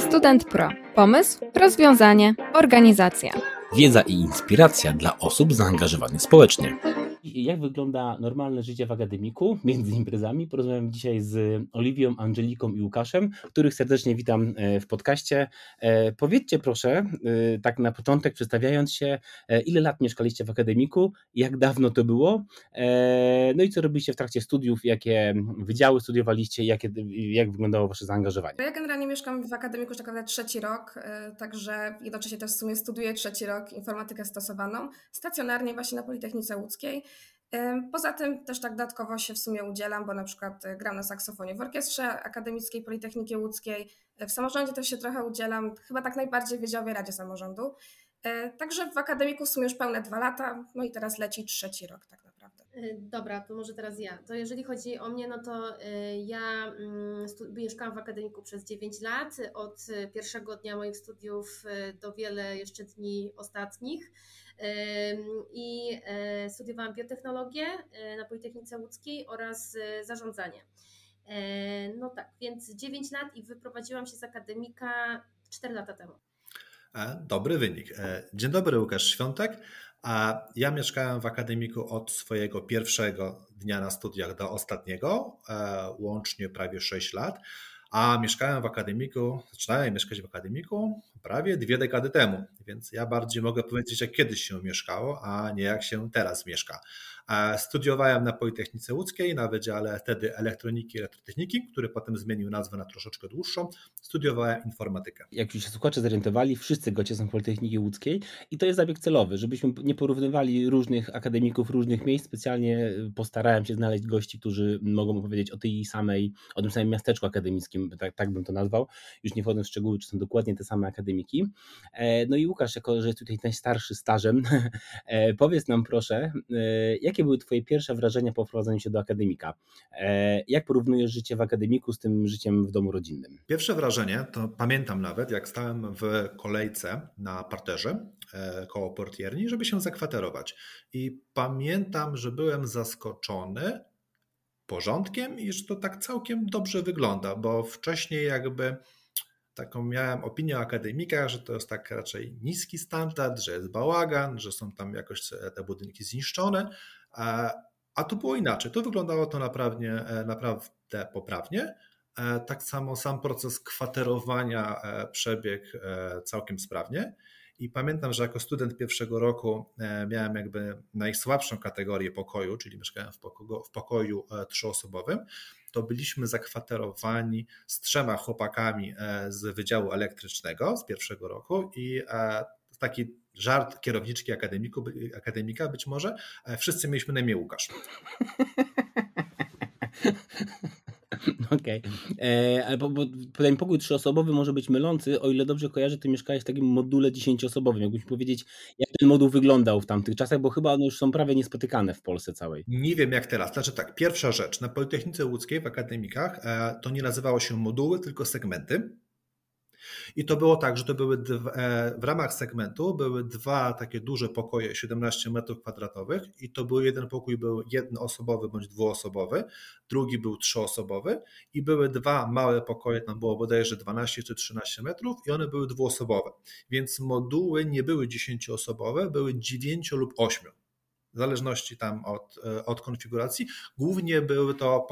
Student Pro. Pomysł, rozwiązanie, organizacja. Wiedza i inspiracja dla osób zaangażowanych społecznie. Jak wygląda normalne życie w akademiku między imprezami? Porozmawiam dzisiaj z Oliwią, Angeliką i Łukaszem, których serdecznie witam w podcaście. Powiedzcie proszę, tak na początek przedstawiając się, ile lat mieszkaliście w akademiku, jak dawno to było, no i co robiliście w trakcie studiów, jakie wydziały studiowaliście, jak wyglądało wasze zaangażowanie? Ja generalnie mieszkam w akademiku już tak naprawdę trzeci rok, także jednocześnie też w sumie studiuję trzeci rok informatykę stosowaną, stacjonarnie właśnie na Politechnice Łódzkiej. Poza tym też tak dodatkowo się w sumie udzielam, bo na przykład gram na saksofonie w orkiestrze akademickiej Politechniki Łódzkiej, w samorządzie też się trochę udzielam, chyba tak najbardziej w Wydziałowej Radzie Samorządu. Także w akademiku w sumie już pełne 2 lata, no i teraz leci trzeci rok tak naprawdę. Dobra, to może teraz ja. To jeżeli chodzi o mnie, no to ja mieszkałam w akademiku przez 9 lat, od pierwszego dnia moich studiów do wiele jeszcze dni ostatnich. I studiowałam biotechnologię na Politechnice Łódzkiej oraz zarządzanie. No tak, więc 9 lat i wyprowadziłam się z akademika 4 lata temu. Dobry wynik. Dzień dobry, Łukasz Świątek. Ja mieszkałem w akademiku od swojego pierwszego dnia na studiach do ostatniego, łącznie prawie 6 lat. A zaczynałem mieszkać w akademiku prawie 2 dekady temu, więc ja bardziej mogę powiedzieć, jak kiedyś się mieszkało, a nie jak się teraz mieszka. Studiowałem na Politechnice Łódzkiej na Wydziale wtedy Elektroniki i Elektrotechniki, który potem zmienił nazwę na troszeczkę dłuższą. Studiowałem informatykę. Jak już się słuchacze zorientowali, wszyscy goście są w Politechniki Łódzkiej i to jest zabieg celowy, żebyśmy nie porównywali różnych akademików, różnych miejsc. Specjalnie postarałem się znaleźć gości, którzy mogą opowiedzieć o o tym samym miasteczku akademickim, tak bym to nazwał, już nie wchodząc w szczegóły, czy są dokładnie te same akademiki. No i Łukasz, jako że jest tutaj najstarszy stażem, powiedz nam proszę, jakie były twoje pierwsze wrażenia po wprowadzeniu się do akademika? Jak porównujesz życie w akademiku z tym życiem w domu rodzinnym? Pierwsze wrażenie, to pamiętam nawet, jak stałem w kolejce na parterze koło portierni, żeby się zakwaterować. I pamiętam, że byłem zaskoczony porządkiem i że to tak całkiem dobrze wygląda, bo wcześniej jakby taką miałem opinię o akademikach, że to jest tak raczej niski standard, że jest bałagan, że są tam jakoś te budynki zniszczone, a tu było inaczej. Tu wyglądało to naprawdę poprawnie. Tak samo sam proces kwaterowania przebiegł całkiem sprawnie. I pamiętam, że jako student pierwszego roku miałem jakby najsłabszą kategorię pokoju, czyli mieszkałem w pokoju 3-osobowym, to byliśmy zakwaterowani z 3 chłopakami z Wydziału Elektrycznego z pierwszego roku i taki żart kierowniczki akademika być może, wszyscy mieliśmy na imię Łukasz. Okej. Ale bo ten pokój 3-osobowy może być mylący, o ile dobrze kojarzę, ty mieszkałeś w takim module 10-osobowym. Jakbyś powiedzieć, jak ten moduł wyglądał w tamtych czasach, bo chyba one już są prawie niespotykane w Polsce całej. Nie wiem jak teraz. Znaczy tak, pierwsza rzecz, na Politechnice Łódzkiej w akademikach to nie nazywało się moduły, tylko segmenty. I to było tak, że to były w ramach segmentu były 2 takie duże pokoje 17 m2 i to był jeden pokój był 1-osobowy bądź 2-osobowy, drugi był 3-osobowy i były 2 małe pokoje, tam było bodajże 12 czy 13 metrów i one były 2-osobowe. Więc moduły nie były 10-osobowe, były 9 lub 8. W zależności tam od konfiguracji, głównie były to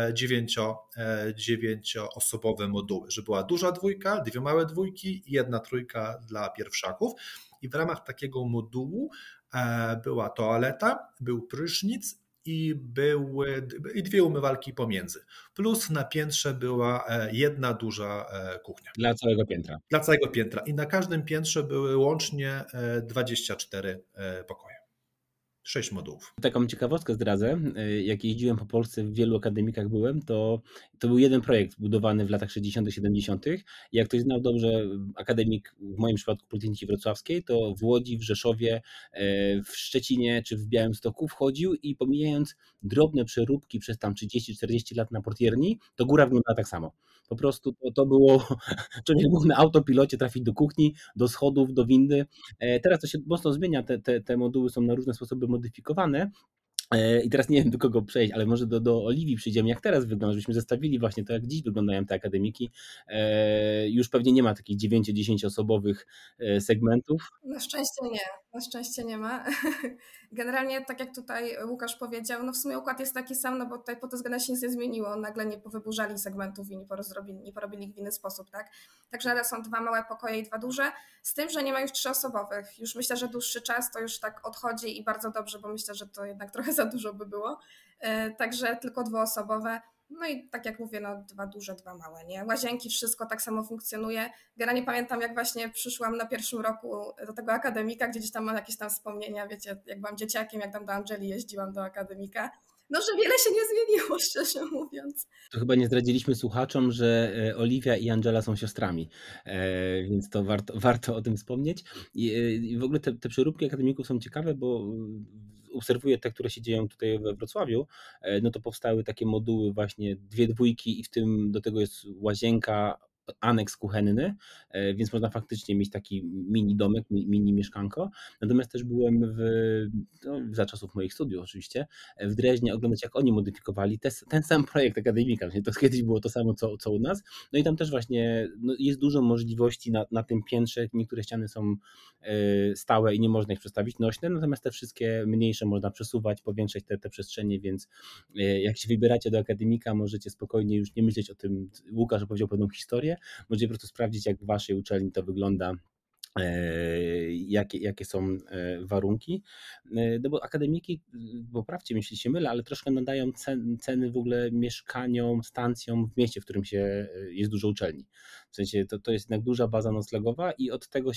9-osobowe moduły, że była duża dwójka, 2 małe dwójki i 1 trójka dla pierwszaków. I w ramach takiego modułu była toaleta, był prysznic i 2 umywalki pomiędzy. Plus na piętrze była 1 duża kuchnia. Dla całego piętra. Dla całego piętra. I na każdym piętrze były łącznie 24 pokoje. 6 modułów. Taką ciekawostkę zdradzę, jak jeździłem po Polsce, w wielu akademikach byłem, to był jeden projekt budowany w latach 60., 70. Jak ktoś znał dobrze akademik, w moim przypadku Politechniki Wrocławskiej, to w Łodzi, w Rzeszowie, w Szczecinie czy w Białymstoku wchodził i pomijając drobne przeróbki przez tam 30-40 lat na portierni, to góra wyglądała tak samo. Po prostu to było, człowiek mógł na autopilocie trafić do kuchni, do schodów, do windy. Teraz to się mocno zmienia, te moduły są na różne sposoby modyfikowane, I teraz nie wiem, do kogo przejść, ale może do Oliwii przyjdziemy, jak teraz wygląda, żebyśmy zestawili właśnie to, jak dziś wyglądają te akademiki. Już pewnie nie ma takich 9-10 osobowych segmentów. Na szczęście nie ma. Generalnie, tak jak tutaj Łukasz powiedział, no w sumie układ jest taki sam, no bo tutaj pod tym względem się nic nie zmieniło. Nagle nie powyburzali segmentów i nie porobili ich w inny sposób, tak? Także nadal są 2 małe pokoje i 2 duże, z tym, że nie ma już 3-osobowych. Już myślę, że dłuższy czas to już tak odchodzi i bardzo dobrze, bo myślę, że to jednak trochę za dużo by było. Także tylko 2-osobowe. No i tak jak mówię, no 2 duże, 2 małe, nie? Łazienki, wszystko tak samo funkcjonuje. Generalnie pamiętam, jak właśnie przyszłam na pierwszym roku do tego akademika, gdzie gdzieś tam mam jakieś tam wspomnienia, wiecie, jak byłam dzieciakiem, jak tam do Angeli jeździłam do akademika. No, że wiele się nie zmieniło, szczerze mówiąc. To chyba nie zdradziliśmy słuchaczom, że Oliwia i Angela są siostrami, więc to warto o tym wspomnieć. I w ogóle te przeróbki akademików są ciekawe, bo obserwuję te, które się dzieją tutaj we Wrocławiu, no to powstały takie moduły właśnie 2 dwójki i w tym do tego jest łazienka, aneks kuchenny, więc można faktycznie mieć taki mini domek, mini mieszkanko. Natomiast też byłem za czasów moich studiów oczywiście, w Dreźnie oglądać, jak oni modyfikowali ten sam projekt akademika. To kiedyś było to samo, co u nas. No i tam też właśnie jest dużo możliwości na tym piętrze. Niektóre ściany są stałe i nie można ich przestawić nośne, natomiast te wszystkie mniejsze można przesuwać, powiększać te przestrzenie, więc jak się wybieracie do akademika, możecie spokojnie już nie myśleć o tym. Łukasz opowiedział pewną historię, możecie po prostu sprawdzić, jak w waszej uczelni to wygląda, jakie są warunki. No bo akademiki, poprawcie mnie, jeśli się mylę, ale troszkę nadają ceny w ogóle mieszkaniom, stancjom w mieście, w którym jest dużo uczelni. W sensie to jest jednak duża baza noclegowa i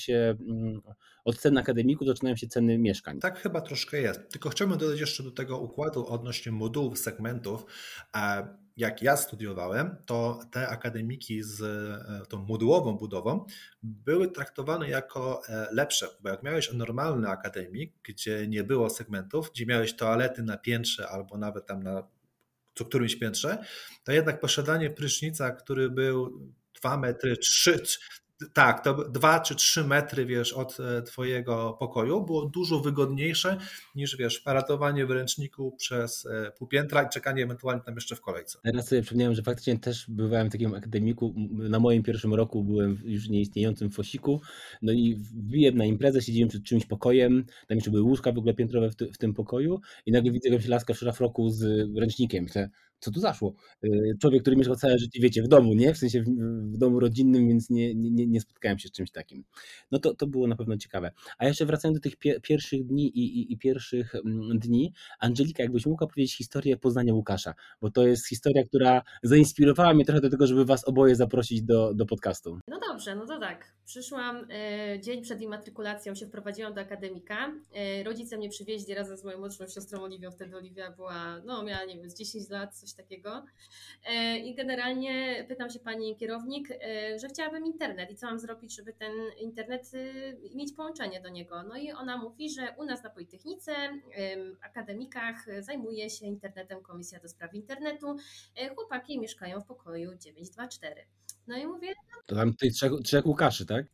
od cen akademików zaczynają się ceny mieszkań. Tak chyba troszkę jest. Tylko chciałbym dodać jeszcze do tego układu odnośnie modułów, segmentów. Jak ja studiowałem, to te akademiki z tą modułową budową były traktowane jako lepsze, bo jak miałeś normalny akademik, gdzie nie było segmentów, gdzie miałeś toalety na piętrze albo nawet tam na co którymś piętrze, to jednak posiadanie prysznica, który był 2 metry, 3, tak, to 2 czy 3 metry, wiesz, od twojego pokoju było dużo wygodniejsze niż, wiesz, paratowanie w ręczniku przez pół piętra i czekanie ewentualnie tam jeszcze w kolejce. Teraz sobie przypomniałem, że faktycznie też bywałem w takim akademiku. Na moim pierwszym roku byłem w już nieistniejącym Fosiku, no i wbiłem na imprezę, siedziałem przed czymś pokojem, tam jeszcze były łóżka w ogóle piętrowe w tym pokoju i nagle widzę jakąś laskę w szlafroku z ręcznikiem. Myślę, co tu zaszło? Człowiek, który mieszkał całe życie, wiecie, w domu, nie? W sensie w domu rodzinnym, więc nie spotkałem się z czymś takim. No to było na pewno ciekawe. A jeszcze wracając do tych pierwszych dni i pierwszych dni, Angelika, jakbyś mogła powiedzieć historię poznania Łukasza, bo to jest historia, która zainspirowała mnie trochę do tego, żeby was oboje zaprosić do podcastu. No dobrze, no to tak. Przyszłam dzień przed immatrikulacją, się wprowadziłam do akademika. Rodzice mnie przywieźli razem z moją młodszą siostrą Oliwią. Wtedy Oliwia miała, nie wiem, z 10 lat, coś takiego. I generalnie pytam się pani kierownik, że chciałabym internet i co mam zrobić, żeby ten internet mieć połączenie do niego. No i ona mówi, że u nas na Politechnice, akademikach zajmuje się internetem Komisja do Spraw Internetu. Chłopaki mieszkają w pokoju 924. No i mówię... To tam tych trzech Łukaszy, tak?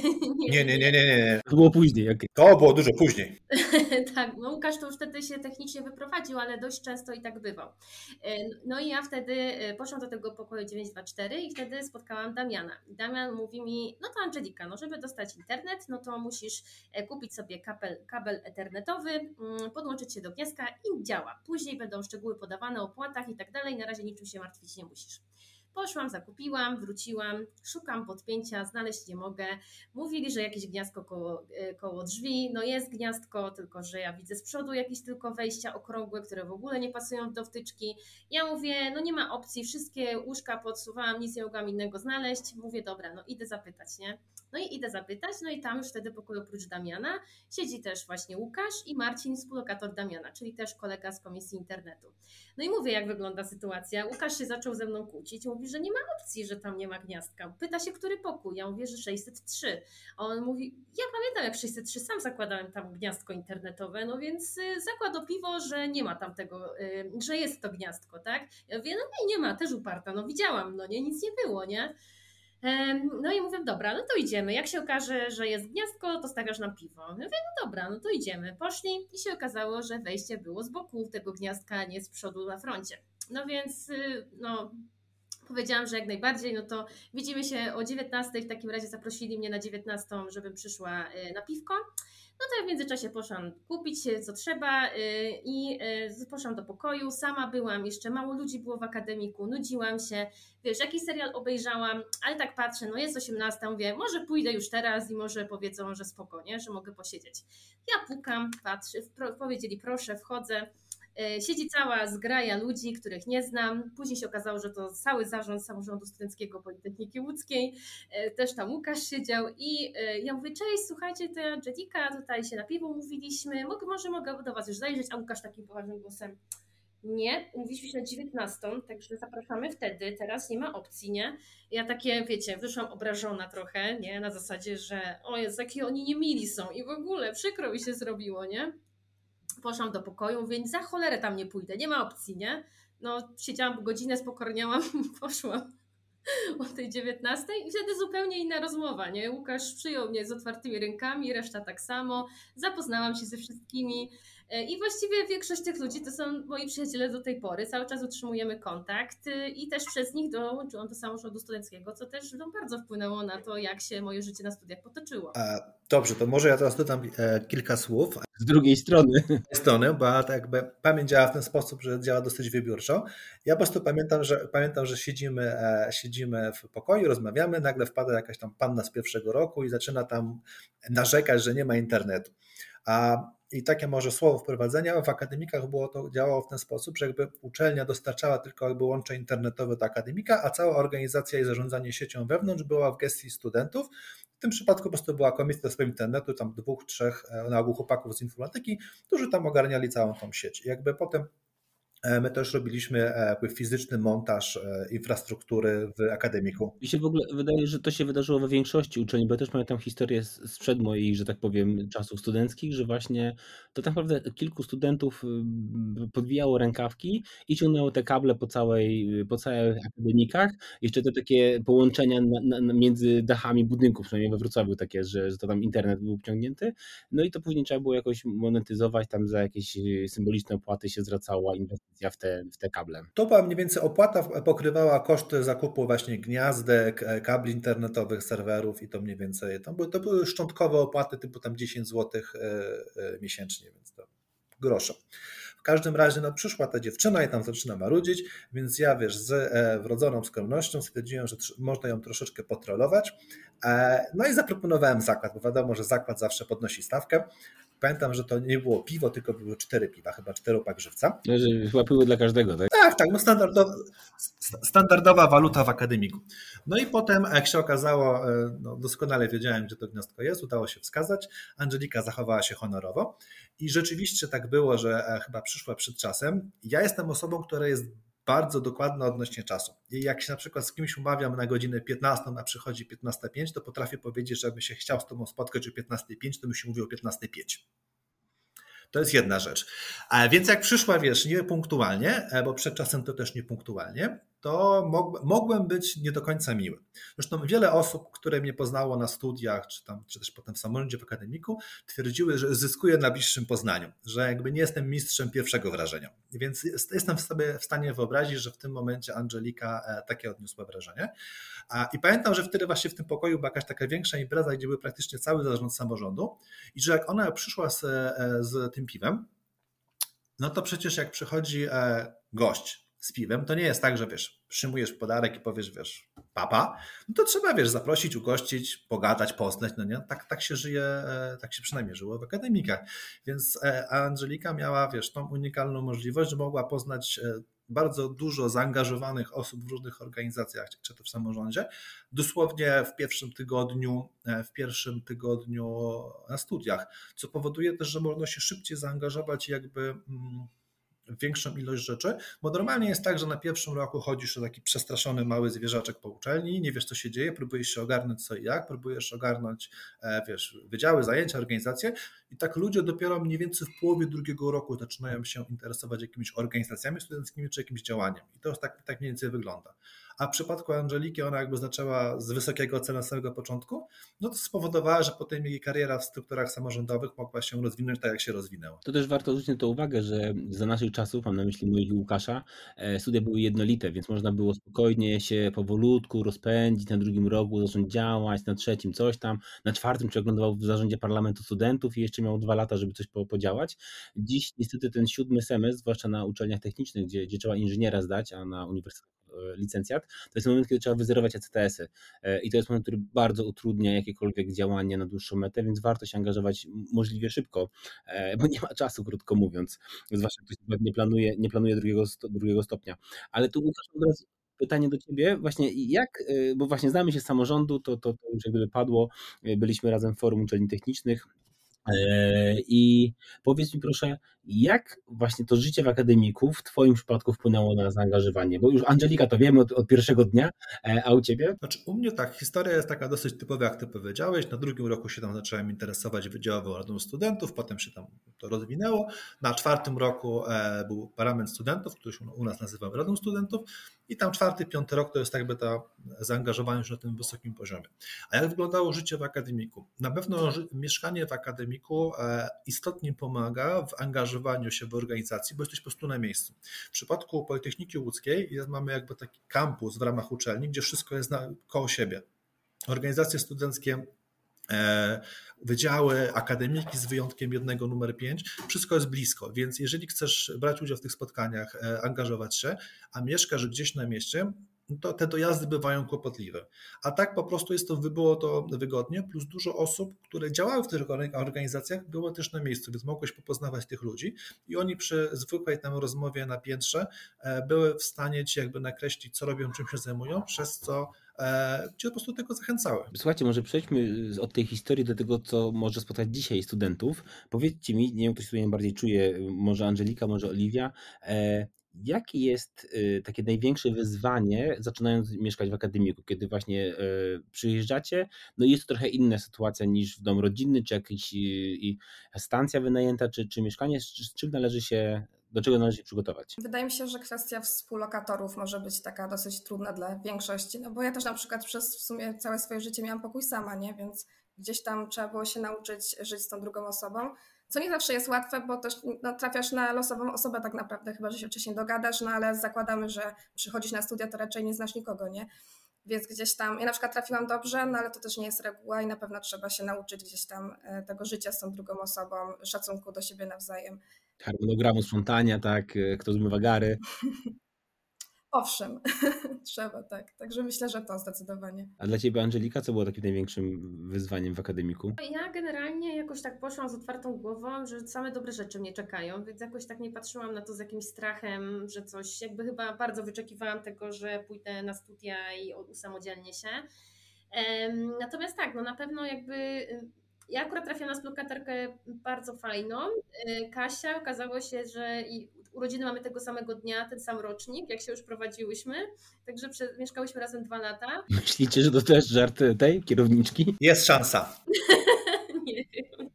Nie. To było później, okej. To było dużo później. Tak, no Łukasz to już wtedy się technicznie wyprowadził, ale dość często i tak bywał. No i ja wtedy poszłam do tego pokoju 924 i wtedy spotkałam Damiana. Damian mówi mi, no to Angelika, no żeby dostać internet, no to musisz kupić sobie kabel ethernetowy, podłączyć się do gniazdka i działa. Później będą szczegóły podawane o opłatach i tak dalej, na razie niczym się martwić nie musisz. Poszłam, zakupiłam, wróciłam, szukam podpięcia, znaleźć nie mogę. Mówili, że jakieś gniazdko koło drzwi. No jest gniazdko, tylko że ja widzę z przodu jakieś tylko wejścia okrągłe, które w ogóle nie pasują do wtyczki. Ja mówię, no nie ma opcji, wszystkie łóżka podsuwałam, nic nie mogłam innego znaleźć. Mówię, dobra, no idę zapytać, nie? No i idę zapytać, no i tam już wtedy pokoju oprócz Damiana siedzi też właśnie Łukasz i Marcin, współlokator Damiana, czyli też kolega z Komisji Internetu. No i mówię, jak wygląda sytuacja. Łukasz się zaczął ze mną kłócić, mówi, że nie ma opcji, że tam nie ma gniazdka. Pyta się, który pokój. Ja mówię, że 603. A on mówi, ja pamiętam jak 603, sam zakładałem tam gniazdko internetowe, no więc zakład o piwo, że nie ma tam tego, że jest to gniazdko, tak? Ja mówię, no nie ma, też uparta, no widziałam, no nie, nic nie było, nie? No i mówię, dobra, no to idziemy. Jak się okaże, że jest gniazdko, to stawiasz nam piwo. Ja mówię, no dobra, no to idziemy. Poszli i się okazało, że wejście było z boku tego gniazdka, a nie z przodu na froncie. No więc no, powiedziałam, że jak najbardziej, no to widzimy się o 19:00, w takim razie zaprosili mnie na 19:00, żebym przyszła na piwko. No to ja w międzyczasie poszłam kupić co trzeba i poszłam do pokoju. Sama byłam, jeszcze mało ludzi było w akademiku, nudziłam się. Wiesz, jakiś serial obejrzałam, ale tak patrzę, no jest 18:00, mówię, może pójdę już teraz i może powiedzą, że spoko, nie? Że mogę posiedzieć. Ja pukam, patrzę, powiedzieli proszę, wchodzę. Siedzi cała zgraja ludzi, których nie znam. Później się okazało, że to cały zarząd Samorządu Studenckiego Politechniki Łódzkiej. Też tam Łukasz siedział i ja mówię, cześć, słuchajcie, to Angelika, tutaj się na piwo umówiliśmy, może mogę do was już zajrzeć, a Łukasz takim poważnym głosem, nie, umówiliśmy się na 19:00, także zapraszamy wtedy, teraz nie ma opcji, nie? Ja takie, wiecie, wyszłam obrażona trochę, nie, na zasadzie, że o Jezu, jakie oni niemili są i w ogóle przykro mi się zrobiło, nie? Poszłam do pokoju, więc za cholerę tam nie pójdę, nie ma opcji, nie? No, siedziałam godzinę, spokorniałam, poszłam o tej 19:00 i wtedy zupełnie inna rozmowa, nie? Łukasz przyjął mnie z otwartymi rękami, reszta tak samo, zapoznałam się ze wszystkimi i właściwie większość tych ludzi to są moi przyjaciele do tej pory, cały czas utrzymujemy kontakt i też przez nich dołączyłam do samorządu studenckiego, co też bardzo wpłynęło na to, jak się moje życie na studiach potoczyło. Dobrze, to może ja teraz dodam kilka słów. Z drugiej strony. Bo tak jakby pamięć działa w ten sposób, że działa dosyć wybiórczo. Ja po prostu pamiętam, że siedzimy w pokoju, rozmawiamy, nagle wpada jakaś tam panna z pierwszego roku i zaczyna tam narzekać, że nie ma internetu. I takie może słowo wprowadzenia, w akademikach działało w ten sposób, że jakby uczelnia dostarczała tylko jakby łącze internetowe do akademika, a cała organizacja i zarządzanie siecią wewnątrz była w gestii studentów. W tym przypadku po prostu była komisja do spraw internetu, tam 2-3 na ogół chłopaków z informatyki, którzy tam ogarniali całą tą sieć. I jakby potem my też robiliśmy jakby fizyczny montaż infrastruktury w akademiku. Mi się w ogóle wydaje, że to się wydarzyło we większości uczelni, bo ja też pamiętam historię sprzed moich, że tak powiem, czasów studenckich, że właśnie to tak naprawdę kilku studentów podwijało rękawki i ciągnęło te kable po całych akademikach. Jeszcze te takie połączenia między dachami budynków, przynajmniej we Wrocławiu takie, że to tam internet był wciągnięty. No i to później trzeba było jakoś monetyzować, tam za jakieś symboliczne opłaty się zwracała inwestycja w te kable. To była mniej więcej opłata, pokrywała koszty zakupu właśnie gniazdek, kabli internetowych, serwerów i to mniej więcej, to były szczątkowe opłaty typu tam 10 zł miesięcznie, więc to grosze. W każdym razie przyszła ta dziewczyna i tam zaczyna marudzić, więc ja z wrodzoną skromnością stwierdziłem, że można ją troszeczkę potrolować. No i zaproponowałem zakład, bo wiadomo, że zakład zawsze podnosi stawkę. Pamiętam, że to nie było piwo, tylko były 4 piwa, chyba 4-pak żywca. Chyba piwo dla każdego, tak? Tak, standardowa waluta w akademiku. No i potem, jak się okazało, doskonale wiedziałem, gdzie to gniazdko jest, udało się wskazać. Angelika zachowała się honorowo i rzeczywiście tak było, że chyba przyszła przed czasem. Ja jestem osobą, która jest bardzo dokładna odnośnie czasu. I jak się na przykład z kimś umawiam na godzinę 15, a przychodzi 15:05, to potrafię powiedzieć, że jakby się chciał z tobą spotkać o 15:05, to bym się mówił o 15:05. To jest jedna rzecz. Więc jak przyszła, niepunktualnie, bo przed czasem to też niepunktualnie, to mogłem być nie do końca miły. Zresztą wiele osób, które mnie poznało na studiach, czy też potem w samorządzie, w akademiku, twierdziły, że zyskuję na bliższym poznaniu, że jakby nie jestem mistrzem pierwszego wrażenia. Więc jestem sobie w stanie wyobrazić, że w tym momencie Angelika takie odniosła wrażenie. I pamiętam, że wtedy właśnie w tym pokoju była jakaś taka większa impreza, gdzie był praktycznie cały zarząd samorządu i że jak ona przyszła z tym piwem, no to przecież jak przychodzi gość z piwem, to nie jest tak, że przyjmujesz podarek i powiesz, papa, no to trzeba, zaprosić, ugościć, pogadać, poznać, no nie? Tak się żyje, tak się przynajmniej żyło w akademikach. Więc Angelika miała, tą unikalną możliwość, że mogła poznać bardzo dużo zaangażowanych osób w różnych organizacjach, czy to w samorządzie, dosłownie w pierwszym tygodniu na studiach, co powoduje też, że można się szybciej zaangażować jakby w większą ilość rzeczy, bo normalnie jest tak, że na pierwszym roku chodzisz o taki przestraszony mały zwierzaczek po uczelni, nie wiesz co się dzieje, próbujesz się ogarnąć co i jak, próbujesz ogarnąć wydziały, zajęcia, organizacje i tak ludzie dopiero mniej więcej w połowie drugiego roku zaczynają się interesować jakimiś organizacjami studenckimi czy jakimś działaniem i to tak mniej więcej wygląda. a w przypadku Angeliki ona jakby zaczęła z wysokiego celu na samego początku, no to spowodowała, że potem jej kariera w strukturach samorządowych mogła się rozwinąć tak, jak się rozwinęła. To też warto zwrócić na to uwagę, że za naszych czasów, mam na myśli moich i Łukasza, studia były jednolite, więc można było spokojnie się powolutku rozpędzić, na drugim roku zacząć działać, na trzecim coś tam, na czwartym człowiek lądował w zarządzie parlamentu studentów i jeszcze miał 2 lata, żeby coś podziałać. Dziś niestety ten 7. semestr, zwłaszcza na uczelniach technicznych, gdzie trzeba inżyniera zdać, a na uniwersytetach licencjat, to jest moment, kiedy trzeba wyzerować ECTS-y i to jest moment, który bardzo utrudnia jakiekolwiek działanie na dłuższą metę, więc warto się angażować możliwie szybko, bo nie ma czasu, krótko mówiąc, zwłaszcza ktoś nie planuje drugiego stopnia. Ale tu Łukasz, od razu pytanie do Ciebie, właśnie jak, bo właśnie znamy się z samorządu, to już jak gdyby padło, byliśmy razem w Forum Uczelni Technicznych, i powiedz mi proszę, jak właśnie to życie w akademiku w Twoim przypadku wpłynęło na zaangażowanie? Bo już Angelika to wiemy od pierwszego dnia, a u Ciebie? Znaczy u mnie tak, historia jest taka dosyć typowa, jak Ty powiedziałeś. Na drugim roku się tam zacząłem interesować Wydziałową Radą Studentów, potem się tam to rozwinęło. Na 4. roku był Parlament Studentów, który się u nas nazywał Radą Studentów i tam 4., 5. rok to jest jakby to zaangażowanie już na tym wysokim poziomie. A jak wyglądało życie w akademiku? Na pewno mieszkanie w akademiku istotnie pomaga w angażowaniu się w organizacji, bo jesteś po prostu na miejscu. W przypadku Politechniki Łódzkiej mamy jakby taki kampus w ramach uczelni, gdzie wszystko jest koło siebie. Organizacje studenckie, wydziały, akademiki z wyjątkiem jednego numer 5, wszystko jest blisko, więc jeżeli chcesz brać udział w tych spotkaniach, angażować się, a mieszkasz gdzieś na mieście, to te dojazdy bywają kłopotliwe. A tak po prostu było to wygodnie, plus dużo osób, które działały w tych organizacjach, było też na miejscu, więc mogłeś popoznawać tych ludzi i oni przy zwykłej tam rozmowie na piętrze były w stanie ci jakby nakreślić, co robią, czym się zajmują, przez co cię po prostu do tego zachęcały. Słuchajcie, może przejdźmy od tej historii do tego, co może spotkać dzisiaj studentów. Powiedzcie mi, nie wiem, kto się tutaj najbardziej czuje, może Angelika, może Oliwia, jakie jest takie największe wyzwanie, zaczynając mieszkać w akademiku, kiedy właśnie przyjeżdżacie, no i jest to trochę inna sytuacja niż w dom rodzinny, czy jakaś stacja wynajęta, czy mieszkanie, do czego należy się przygotować? Wydaje mi się, że kwestia współlokatorów może być taka dosyć trudna dla większości, no bo ja też na przykład przez w sumie całe swoje życie miałam pokój sama, nie? Więc gdzieś tam trzeba było się nauczyć żyć z tą drugą osobą, co nie zawsze jest łatwe, bo też trafiasz na losową osobę tak naprawdę, chyba że się wcześniej dogadasz, no ale zakładamy, że przychodzisz na studia, to raczej nie znasz nikogo, nie? Więc gdzieś tam, ja na przykład trafiłam dobrze, no ale to też nie jest reguła i na pewno trzeba się nauczyć gdzieś tam tego życia z tą drugą osobą, szacunku do siebie nawzajem. Harmonogramu sprzątania, tak, kto zmywa gary. Owszem, trzeba, tak. Także myślę, że to zdecydowanie. A dla Ciebie, Angelika, co było takim największym wyzwaniem w akademiku? Ja generalnie jakoś tak poszłam z otwartą głową, że same dobre rzeczy mnie czekają, więc jakoś tak nie patrzyłam na to z jakimś strachem, że coś, jakby chyba bardzo wyczekiwałam tego, że pójdę na studia i usamodzielnię się. Natomiast tak, no na pewno jakby ja akurat trafiłam na współlokatorkę bardzo fajną. Kasia, okazało się, że urodziny mamy tego samego dnia, ten sam rocznik, jak się już prowadziłyśmy, także mieszkałyśmy razem 2 lata. Myślicie, że to też żart tej kierowniczki? Jest szansa. Nie wiem.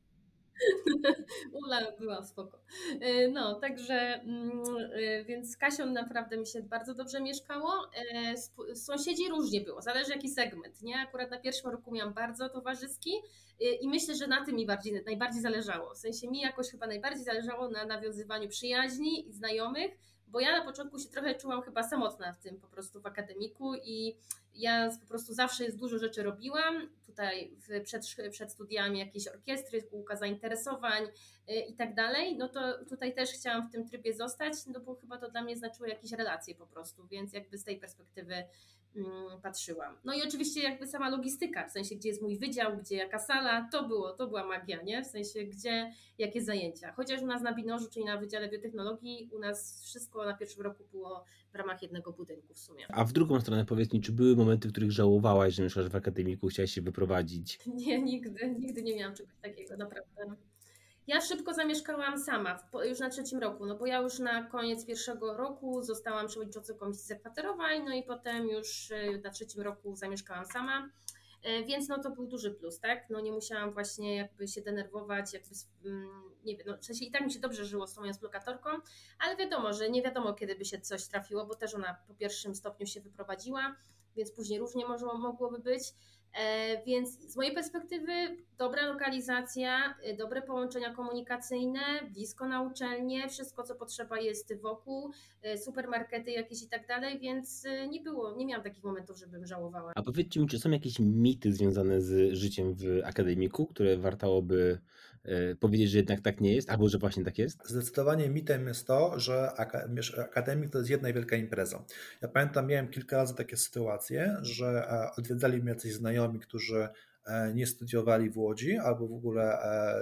Ula była spoko. No, także więc z Kasią naprawdę mi się bardzo dobrze mieszkało. Sąsiedzi różnie było, zależy jaki segment, nie? Akurat na pierwszym roku miałam bardzo towarzyski i myślę, że na tym mi najbardziej zależało. W sensie mi jakoś chyba najbardziej zależało na nawiązywaniu przyjaźni i znajomych, bo ja na początku się trochę czułam chyba samotna w tym po prostu w akademiku i ja po prostu zawsze dużo rzeczy robiłam, tutaj przed studiami jakieś orkiestry, kółka zainteresowań i tak dalej, no to tutaj też chciałam w tym trybie zostać, no bo chyba to dla mnie znaczyło jakieś relacje po prostu, więc jakby z tej perspektywy patrzyłam. No i oczywiście jakby sama logistyka, w sensie gdzie jest mój wydział, gdzie jaka sala, to była magia, nie? W sensie jakie zajęcia. Chociaż u nas na Binorzu, czyli na Wydziale Biotechnologii, u nas wszystko na pierwszym roku było w ramach jednego budynku w sumie. A w drugą stronę powiedz mi, czy były momenty, w których żałowałaś, że mieszkasz w akademiku, chciałaś się wyprowadzić? Nie, nigdy nie miałam czegoś takiego, naprawdę. Ja szybko zamieszkałam sama, już na 3. roku, no bo ja już na koniec 1. roku zostałam przewodniczącą komisji zakwaterowań, no i potem już na 3. roku zamieszkałam sama. więc no to był duży plus, tak? No nie musiałam właśnie jakby się denerwować, nie wiem, no w sensie i tak mi się dobrze żyło z tą moją współlokatorką, ale wiadomo, że nie wiadomo kiedy by się coś trafiło, bo też ona po pierwszym stopniu się wyprowadziła, więc później różnie mogłoby być. Więc z mojej perspektywy dobra lokalizacja, dobre połączenia komunikacyjne, blisko na uczelnię, wszystko co potrzeba jest wokół, supermarkety jakieś i tak dalej, więc nie miałam takich momentów, żebym żałowała. A powiedzcie mi, czy są jakieś mity związane z życiem w akademiku, które wartałoby powiedzieć, że jednak tak nie jest, albo że właśnie tak jest? Zdecydowanie mitem jest to, że akademik to jest jedna wielka impreza. Ja pamiętam, miałem kilka razy takie sytuacje, że odwiedzali mnie jacyś znajomi, którzy nie studiowali w Łodzi albo w ogóle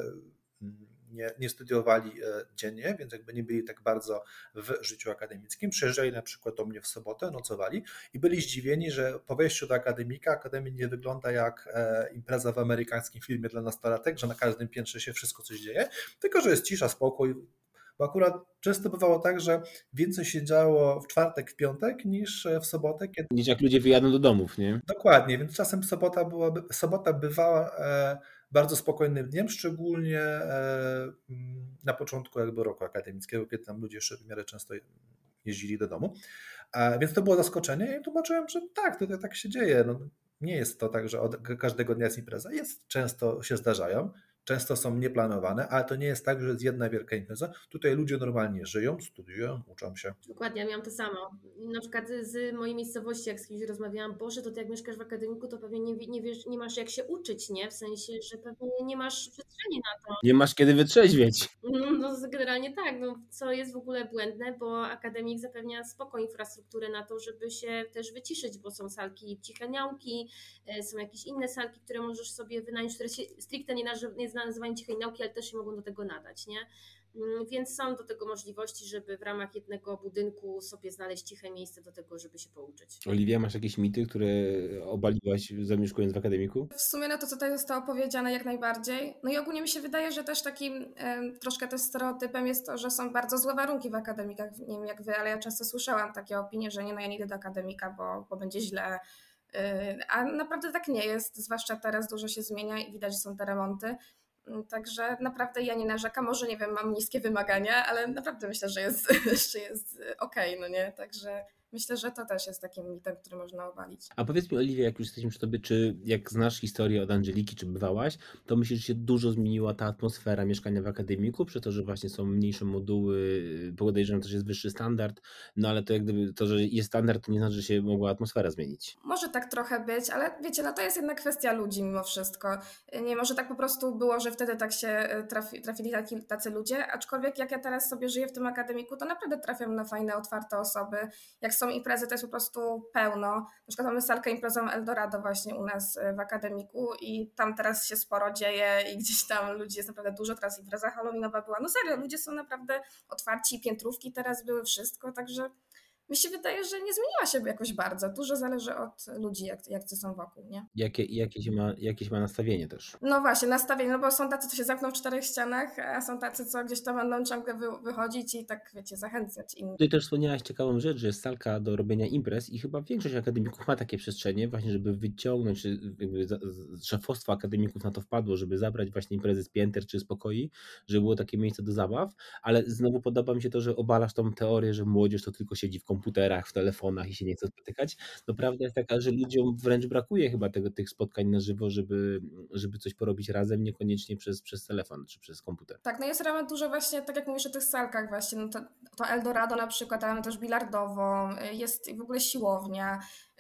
nie studiowali dziennie, więc jakby nie byli tak bardzo w życiu akademickim. Przyjeżdżali na przykład do mnie w sobotę, nocowali i byli zdziwieni, że po wejściu do akademika akademik nie wygląda jak impreza w amerykańskim filmie dla nastolatek, że na każdym piętrze się wszystko coś dzieje, tylko że jest cisza, spokój. Bo akurat często bywało tak, że więcej się działo w czwartek, w piątek niż w sobotę. Niż jak ludzie wyjadą do domów, nie? Dokładnie, więc czasem sobota bywała bardzo spokojnym dniem, szczególnie na początku jakby roku akademickiego, kiedy tam ludzie jeszcze w miarę często jeździli do domu. Więc to było zaskoczenie i tłumaczyłem, że tak, to tak się dzieje. No, nie jest to tak, że od każdego dnia jest impreza. Często się zdarzają, często są nieplanowane, ale to nie jest tak, że jest jedna wielka impreza. Tutaj ludzie normalnie żyją, studiują, uczą się. Dokładnie, ja miałam to samo. Na przykład z mojej miejscowości, jak z kimś rozmawiałam, Boże, to ty jak mieszkasz w akademiku, to pewnie nie wiesz, nie masz jak się uczyć, nie? W sensie, że pewnie nie masz przestrzeni na to. Nie masz kiedy wytrzeźwieć. No generalnie tak, no, co jest w ogóle błędne, bo akademik zapewnia spoko infrastrukturę na to, żeby się też wyciszyć, bo są salki cicheniałki, są jakieś inne salki, które możesz sobie wynająć, które się stricte nie nazywają cichej nauki, ale też się mogą do tego nadać, nie? Więc są do tego możliwości, żeby w ramach jednego budynku sobie znaleźć ciche miejsce do tego, żeby się pouczyć. Oliwia, masz jakieś mity, które obaliłaś zamieszkując w akademiku? W sumie na to, co tutaj zostało powiedziane, jak najbardziej. No i ogólnie mi się wydaje, że też takim troszkę też stereotypem jest to, że są bardzo złe warunki w akademikach. Nie wiem jak wy, ale ja często słyszałam takie opinie, że nie, no ja nie idę do akademika, bo będzie źle. A naprawdę tak nie jest, zwłaszcza teraz dużo się zmienia i widać, że są te remonty. Także naprawdę ja nie narzekam, może nie wiem, mam niskie wymagania, ale naprawdę myślę, że jest okej, no nie? Także myślę, że to też jest takim mitem, który można obalić. A powiedz mi, Oliwia, jak już jesteśmy przy tobie, czy jak znasz historię od Angeliki, czy bywałaś, to myślisz, że się dużo zmieniła ta atmosfera mieszkania w akademiku, przez to, że właśnie są mniejsze moduły, podejrzewam, też jest wyższy standard, no ale to jak gdyby to, że jest standard, to nie znaczy, że się mogła atmosfera zmienić. Może tak trochę być, ale wiecie, no to jest jednak kwestia ludzi mimo wszystko. Nie, może tak po prostu było, że wtedy tak się trafili tacy ludzie, aczkolwiek jak ja teraz sobie żyję w tym akademiku, to naprawdę trafiam na fajne, otwarte osoby. Jak są imprezy, to jest po prostu pełno. Na przykład mamy salkę imprezową Eldorado właśnie u nas w akademiku i tam teraz się sporo dzieje i gdzieś tam ludzi jest naprawdę dużo. Teraz impreza halloweenowa była. No serio, ludzie są naprawdę otwarci, piętrówki teraz były, wszystko, także mi się wydaje, że nie zmieniła się jakoś bardzo. Dużo zależy od ludzi, jak to są wokół, nie? Jakieś ma nastawienie też. No właśnie, nastawienie, no bo są tacy, co się zamkną w czterech ścianach, a są tacy, co gdzieś tam będą ciągle wychodzić i tak, wiecie, zachęcać innych. Tutaj też wspomniałaś ciekawą rzecz, że jest salka do robienia imprez i chyba większość akademików ma takie przestrzenie właśnie, żeby wyciągnąć, czy jakby szefostwo akademików na to wpadło, żeby zabrać właśnie imprezy z pięter czy z pokoi, żeby było takie miejsce do zabaw, ale znowu podoba mi się to, że obalasz tą teorię, że młodzież to tylko siedzi w komputerach, w telefonach i się nie chce spotykać. No prawda jest taka, że ludziom wręcz brakuje chyba tych spotkań na żywo, żeby coś porobić razem, niekoniecznie przez telefon czy przez komputer. Tak, no jest realnie dużo właśnie, tak jak mówisz o tych salkach właśnie, no to Eldorado na przykład, ale mamy też bilardową, jest w ogóle siłownia,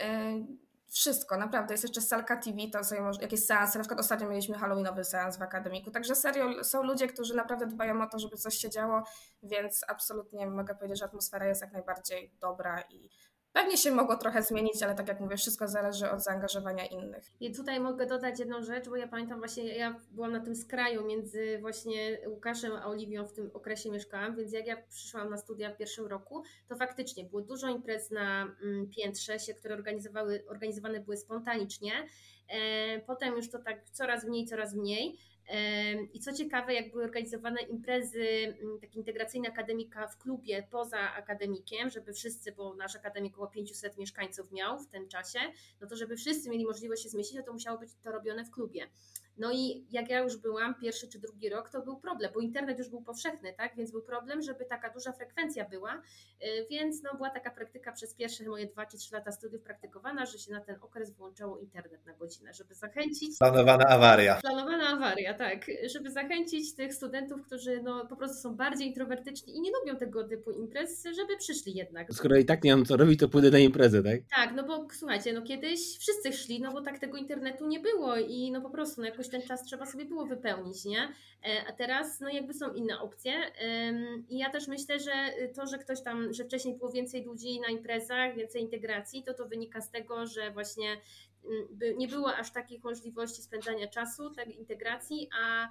wszystko, naprawdę, jest jeszcze salka TV, to są jakieś seanse, na przykład ostatnio mieliśmy halloweenowy seans w akademiku, także serio są ludzie, którzy naprawdę dbają o to, żeby coś się działo, więc absolutnie mogę powiedzieć, że atmosfera jest jak najbardziej dobra i pewnie się mogło trochę zmienić, ale tak jak mówię, wszystko zależy od zaangażowania innych. I tutaj mogę dodać jedną rzecz, bo ja pamiętam właśnie, ja byłam na tym skraju między właśnie Łukaszem a Oliwią w tym okresie mieszkałam, więc jak ja przyszłam na studia w pierwszym roku, to faktycznie było dużo imprez na piętrze, które organizowane były spontanicznie Potem już to tak coraz mniej. I co ciekawe, jak były organizowane imprezy takie integracyjne akademika w klubie poza akademikiem, żeby wszyscy, bo nasz akademik około 500 mieszkańców miał w tym czasie, no to żeby wszyscy mieli możliwość się zmieścić, no to musiało być to robione w klubie. No i jak ja już byłam pierwszy czy drugi rok, to był problem, bo internet już był powszechny, tak? Więc był problem, żeby taka duża frekwencja była, więc no była taka praktyka przez pierwsze moje 2 czy 3 lata studiów praktykowana, że się na ten okres włączało internet na godzinę, żeby zachęcić. Planowana awaria, tak, żeby zachęcić tych studentów, którzy no po prostu są bardziej introwertyczni i nie lubią tego typu imprez, żeby przyszli jednak. Skoro i tak nie mam co robić, to pójdę na imprezę, tak? Tak, no bo słuchajcie, no kiedyś wszyscy szli, no bo tak tego internetu nie było i no po prostu no jakoś ten czas trzeba sobie było wypełnić, nie? A teraz no jakby są inne opcje i ja też myślę, że to, że ktoś tam, że wcześniej było więcej ludzi na imprezach, więcej integracji, to wynika z tego, że właśnie nie było aż takich możliwości spędzania czasu, tak, integracji,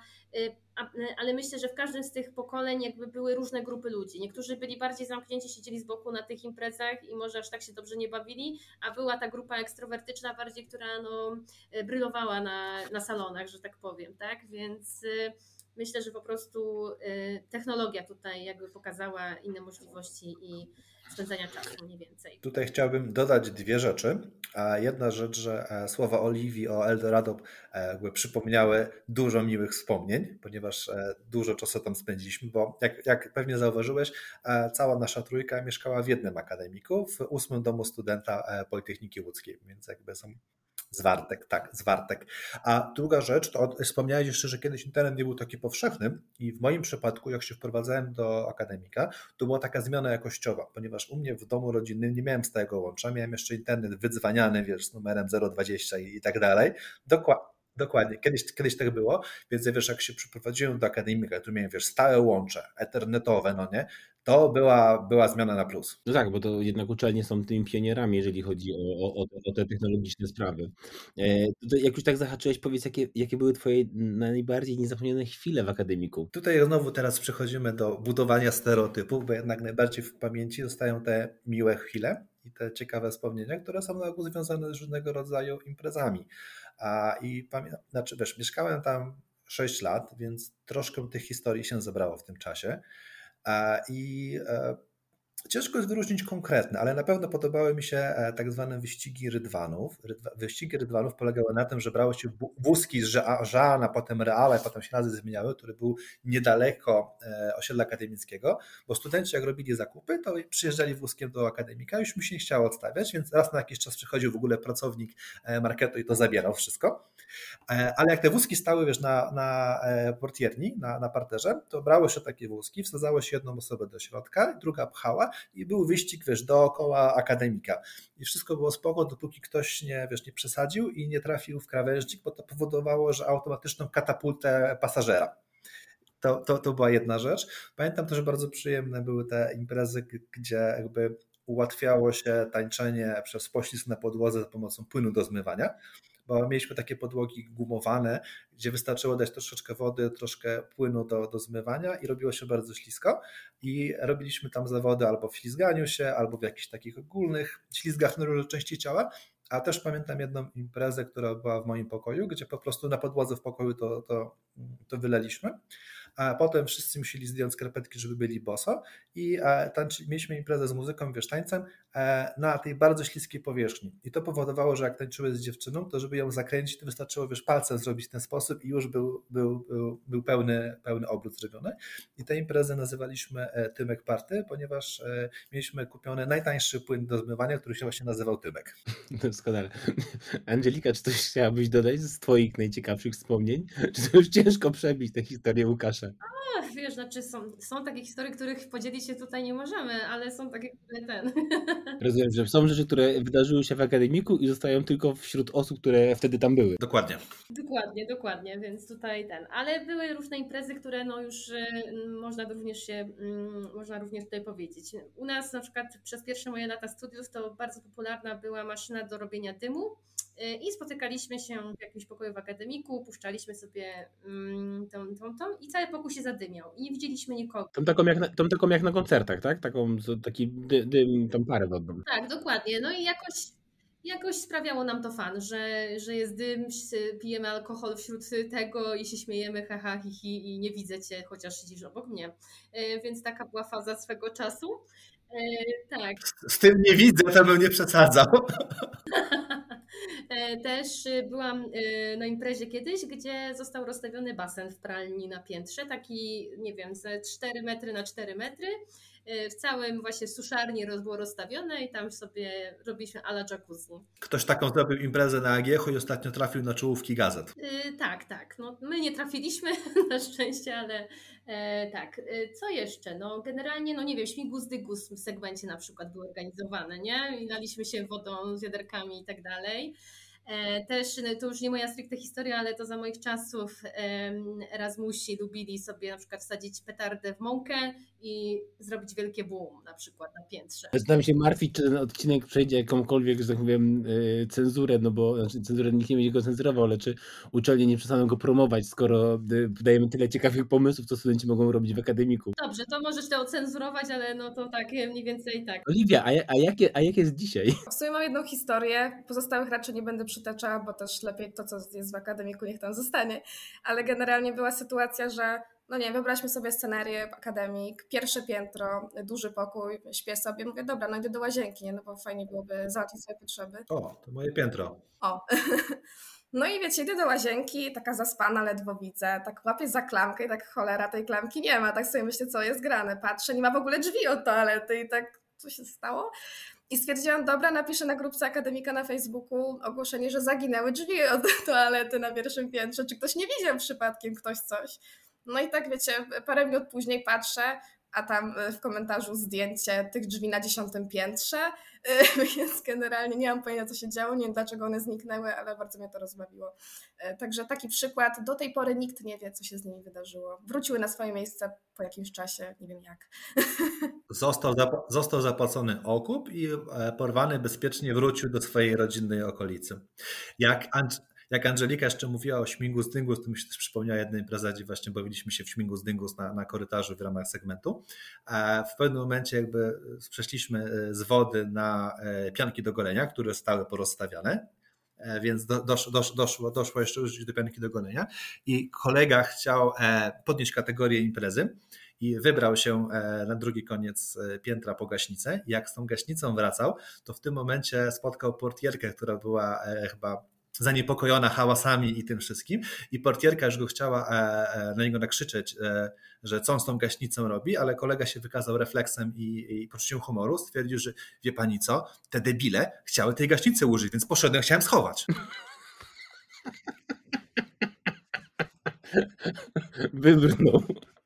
ale myślę, że w każdym z tych pokoleń jakby były różne grupy ludzi. Niektórzy byli bardziej zamknięci, siedzieli z boku na tych imprezach i może aż tak się dobrze nie bawili, a była ta grupa ekstrowertyczna bardziej, która no, brylowała na salonach, że tak powiem, tak? Więc myślę, że po prostu technologia tutaj jakby pokazała inne możliwości i spędzania czasu mniej więcej. Tutaj chciałbym dodać 2 rzeczy. Jedna rzecz, że słowa Oliwii o Eldorado jakby przypomniały dużo miłych wspomnień, ponieważ dużo czasu tam spędziliśmy, bo jak pewnie zauważyłeś, cała nasza trójka mieszkała w jednym akademiku, w 8. domu studenta Politechniki Łódzkiej, więc jakby są Zwartek. A druga rzecz, to wspomniałeś jeszcze, że kiedyś internet nie był taki powszechny i w moim przypadku, jak się wprowadzałem do akademika, to była taka zmiana jakościowa, ponieważ u mnie w domu rodzinnym nie miałem stałego łącza, miałem jeszcze internet wydzwaniany, wiesz, z numerem 020 i tak dalej. Dokładnie, kiedyś tak było, więc wiesz, jak się przeprowadziłem do akademika, tu miałem, wiesz, stałe łącze, ethernetowe, no nie, to była zmiana na plus. No tak, bo to jednak uczelnie są tymi pionierami, jeżeli chodzi o te technologiczne sprawy. Jak już tak zahaczyłeś, powiedz, jakie były twoje najbardziej niezapomniane chwile w akademiku? Tutaj znowu teraz przechodzimy do budowania stereotypów, bo jednak najbardziej w pamięci zostają te miłe chwile i te ciekawe wspomnienia, które są na ogół związane z różnego rodzaju imprezami. I znaczy wiesz, mieszkałem tam 6 lat, więc troszkę tych historii się zebrało w tym czasie. I ciężko jest wyróżnić konkretne, ale na pewno podobały mi się tak zwane wyścigi rydwanów. Wyścigi rydwanów polegały na tym, że brało się wózki z Żana, potem Reala, potem się nazwy zmieniały, który był niedaleko osiedla akademickiego, bo studenci jak robili zakupy, to przyjeżdżali wózkiem do akademika, już mi się nie chciało odstawiać, więc raz na jakiś czas przychodził w ogóle pracownik marketu i to zabierał wszystko. Ale jak te wózki stały, wiesz, na portierni, na parterze, to brało się takie wózki, wsadzało się jedną osobę do środka, druga pchała i był wyścig, wiesz, dookoła akademika. I wszystko było spoko, dopóki ktoś nie przesadził i nie trafił w krawężnik, bo to powodowało, że automatyczną katapultę pasażera. To była jedna rzecz. Pamiętam też, że bardzo przyjemne były te imprezy, gdzie jakby ułatwiało się tańczenie przez poślizg na podłodze za pomocą płynu do zmywania, bo mieliśmy takie podłogi gumowane, gdzie wystarczyło dać troszeczkę wody, troszkę płynu do zmywania i robiło się bardzo ślisko i robiliśmy tam zawody albo w ślizganiu się, albo w jakichś takich ogólnych ślizgach na różne części ciała, a też pamiętam jedną imprezę, która była w moim pokoju, gdzie po prostu na podłodze w pokoju to wyleliśmy, a potem wszyscy musieli zdjąć skarpetki, żeby byli boso i mieliśmy imprezę z muzyką, wiesz, tańcem na tej bardzo śliskiej powierzchni i to powodowało, że jak tańczyły z dziewczyną, to żeby ją zakręcić, to wystarczyło, wiesz, palcem zrobić w ten sposób i już był pełny obrót zrobiony i tę imprezę nazywaliśmy Tymek Party, ponieważ mieliśmy kupiony najtańszy płyn do zmywania, który się właśnie nazywał Tymek. Doskonale. Angelika, czy coś chciałabyś dodać z twoich najciekawszych wspomnień? Czy to już ciężko przebić tę historię Łukasza? Wiesz, znaczy są takie historie, których podzielić się tutaj nie możemy, ale są takie, które Rozumiem, że są rzeczy, które wydarzyły się w akademiku i zostają tylko wśród osób, które wtedy tam były. Dokładnie. Dokładnie, więc tutaj ale były różne imprezy, które no już można również tutaj powiedzieć. U nas na przykład przez pierwsze moje lata studiów to bardzo popularna była maszyna do robienia dymu i spotykaliśmy się w jakimś pokoju w akademiku, puszczaliśmy sobie tą i cały pokój się zadymiał i nie widzieliśmy nikogo. Tą taką jak na koncertach, tak? Taki dym, tą parę wodną. Tak, dokładnie. No i jakoś jakoś sprawiało nam to fan, że jest dym, pijemy alkohol wśród tego i się śmiejemy, haha, hi i nie widzę cię, chociaż siedzisz obok mnie. Więc taka była faza swego czasu. Tak. Z tym nie widzę, to bym nie przesadzał. Też byłam na imprezie kiedyś, gdzie został rozstawiony basen w pralni na piętrze, taki, nie wiem, ze 4 metry na 4 metry. W całym właśnie suszarni było rozstawione i tam sobie robiliśmy a la jacuzzi. Ktoś taką zrobił imprezę na Agiecho i ostatnio trafił na czołówki gazet. Tak. No, my nie trafiliśmy na szczęście, ale tak. Co jeszcze? No, generalnie, no nie wiem, śmigus dygus w segmencie na przykład były organizowane, nie? I laliśmy się wodą z wiaderkami i tak dalej. Też to już nie moja stricte historia, ale to za moich czasów Erasmusi lubili sobie na przykład wsadzić petardę w mąkę i zrobić wielkie boom na przykład na piętrze. Zaczynam się martwić, czy ten odcinek przejdzie jakąkolwiek, że tak powiem, cenzurę, no bo cenzurę nikt nie będzie go cenzurował, ale czy uczelnie nie przestaną go promować, skoro dajemy tyle ciekawych pomysłów, co studenci mogą robić w akademiku. Dobrze, to możesz to ocenzurować, ale no to tak mniej więcej tak. Oliwia, a jak jest dzisiaj? W sumie mam jedną historię, pozostałych raczej nie będę przytaczała, bo też lepiej to, co jest w akademiku, niech tam zostanie, ale generalnie była sytuacja, że no nie, wyobraźmy sobie scenarię akademik, pierwsze piętro, duży pokój, śpię sobie, mówię, dobra, no idę do łazienki, nie? No bo fajnie byłoby załatwić swoje potrzeby. O, to moje piętro. O, no i wiecie, idę do łazienki, taka zaspana, ledwo widzę, tak łapię za klamkę i tak cholera, tej klamki nie ma, tak sobie myślę, co jest grane, patrzę, nie ma w ogóle drzwi od toalety i tak, co się stało? I stwierdziłam, dobra, napiszę na grupce akademika na Facebooku ogłoszenie, że zaginęły drzwi od toalety na pierwszym piętrze, czy ktoś nie widział przypadkiem, ktoś coś. No i tak wiecie, parę minut później patrzę, a tam w komentarzu zdjęcie tych drzwi na 10. piętrze, więc generalnie nie mam pojęcia, co się działo, nie wiem, dlaczego one zniknęły, ale bardzo mnie to rozbawiło. Także taki przykład, do tej pory nikt nie wie, co się z nimi wydarzyło. Wróciły na swoje miejsce po jakimś czasie, nie wiem jak. Został zapłacony okup i porwany bezpiecznie wrócił do swojej rodzinnej okolicy. Jak Angelika jeszcze mówiła o śmigus dyngus, to mi się też przypomniała jedna impreza, gdzie właśnie bawiliśmy się w śmigus dyngus na korytarzu w ramach segmentu. W pewnym momencie jakby przeszliśmy z wody na pianki do golenia, które zostały porozstawiane, więc doszło jeszcze użyć do pianki do golenia i kolega chciał podnieść kategorię imprezy i wybrał się na drugi koniec piętra po gaśnicę. Jak z tą gaśnicą wracał, to w tym momencie spotkał portierkę, która była chyba zaniepokojona hałasami i tym wszystkim i portierka już go chciała na niego nakrzyczeć, że co on z tą gaśnicą robi, ale kolega się wykazał refleksem i poczuciem humoru, stwierdził, że wie pani co, te debile chciały tej gaśnicy użyć, więc poszedłem, chciałem schować. Wybrnął.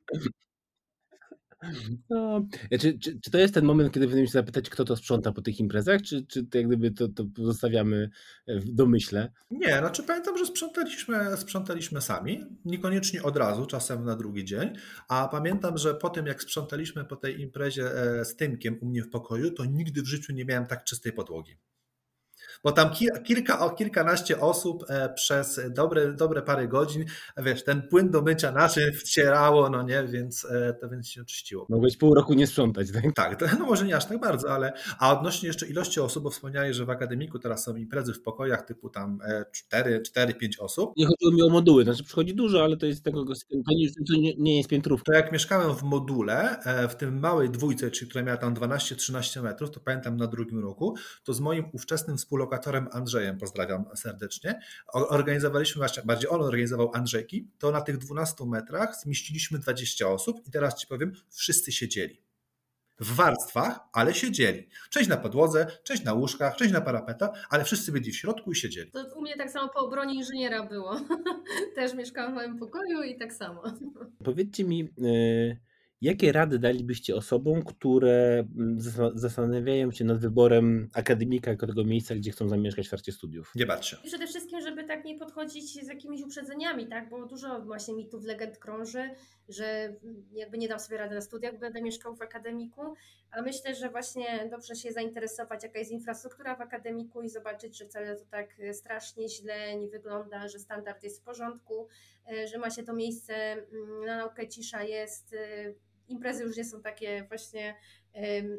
No, czy to jest ten moment, kiedy powinniśmy się zapytać, kto to sprząta po tych imprezach, czy to jak gdyby to pozostawiamy w domyśle? Nie, znaczy pamiętam, że sprzątaliśmy sami, niekoniecznie od razu, czasem na drugi dzień, a pamiętam, że po tym jak sprzątaliśmy po tej imprezie z Tymkiem u mnie w pokoju, to nigdy w życiu nie miałem tak czystej podłogi. Bo tam kilkanaście osób przez dobre parę godzin, wiesz, ten płyn do mycia naczyń wcierało, no nie, więc się oczyściło. Mogłeś pół roku nie sprzątać, tak? Tak, no może nie aż tak bardzo, a odnośnie jeszcze ilości osób, bo wspomniałeś, że w akademiku teraz są imprezy w pokojach typu tam 4-5 osób. Nie chodziło mi o moduły, znaczy przychodzi dużo, ale to jest tego, to nie jest piętrówka. To jak mieszkałem w module, w tym małej dwójce, czyli która miała tam 12-13 metrów, to pamiętam na drugim roku, to z moim ówczesnym współlokatorem Andrzejem, pozdrawiam serdecznie, organizowaliśmy, bardziej on organizował Andrzejki, to na tych 12 metrach zmieściliśmy 20 osób i teraz ci powiem, wszyscy siedzieli. W warstwach, ale siedzieli. Część na podłodze, część na łóżkach, część na parapetach, ale wszyscy byli w środku i siedzieli. To u mnie tak samo po obronie inżyniera było. Też mieszkałam w małym pokoju i tak samo. Powiedzcie mi, jakie rady dalibyście osobom, które zastanawiają się nad wyborem akademika jako tego miejsca, gdzie chcą zamieszkać w trakcie studiów? Nie bać się. Przede wszystkim, żeby tak nie podchodzić z jakimiś uprzedzeniami, tak? Bo dużo właśnie mitów, legend krąży, że jakby nie dam sobie rady na studiach, będę mieszkał w akademiku, a myślę, że właśnie dobrze się zainteresować, jaka jest infrastruktura w akademiku i zobaczyć, że wcale to tak strasznie źle nie wygląda, że standard jest w porządku, że ma się to miejsce na naukę, cisza jest, imprezy już nie są takie właśnie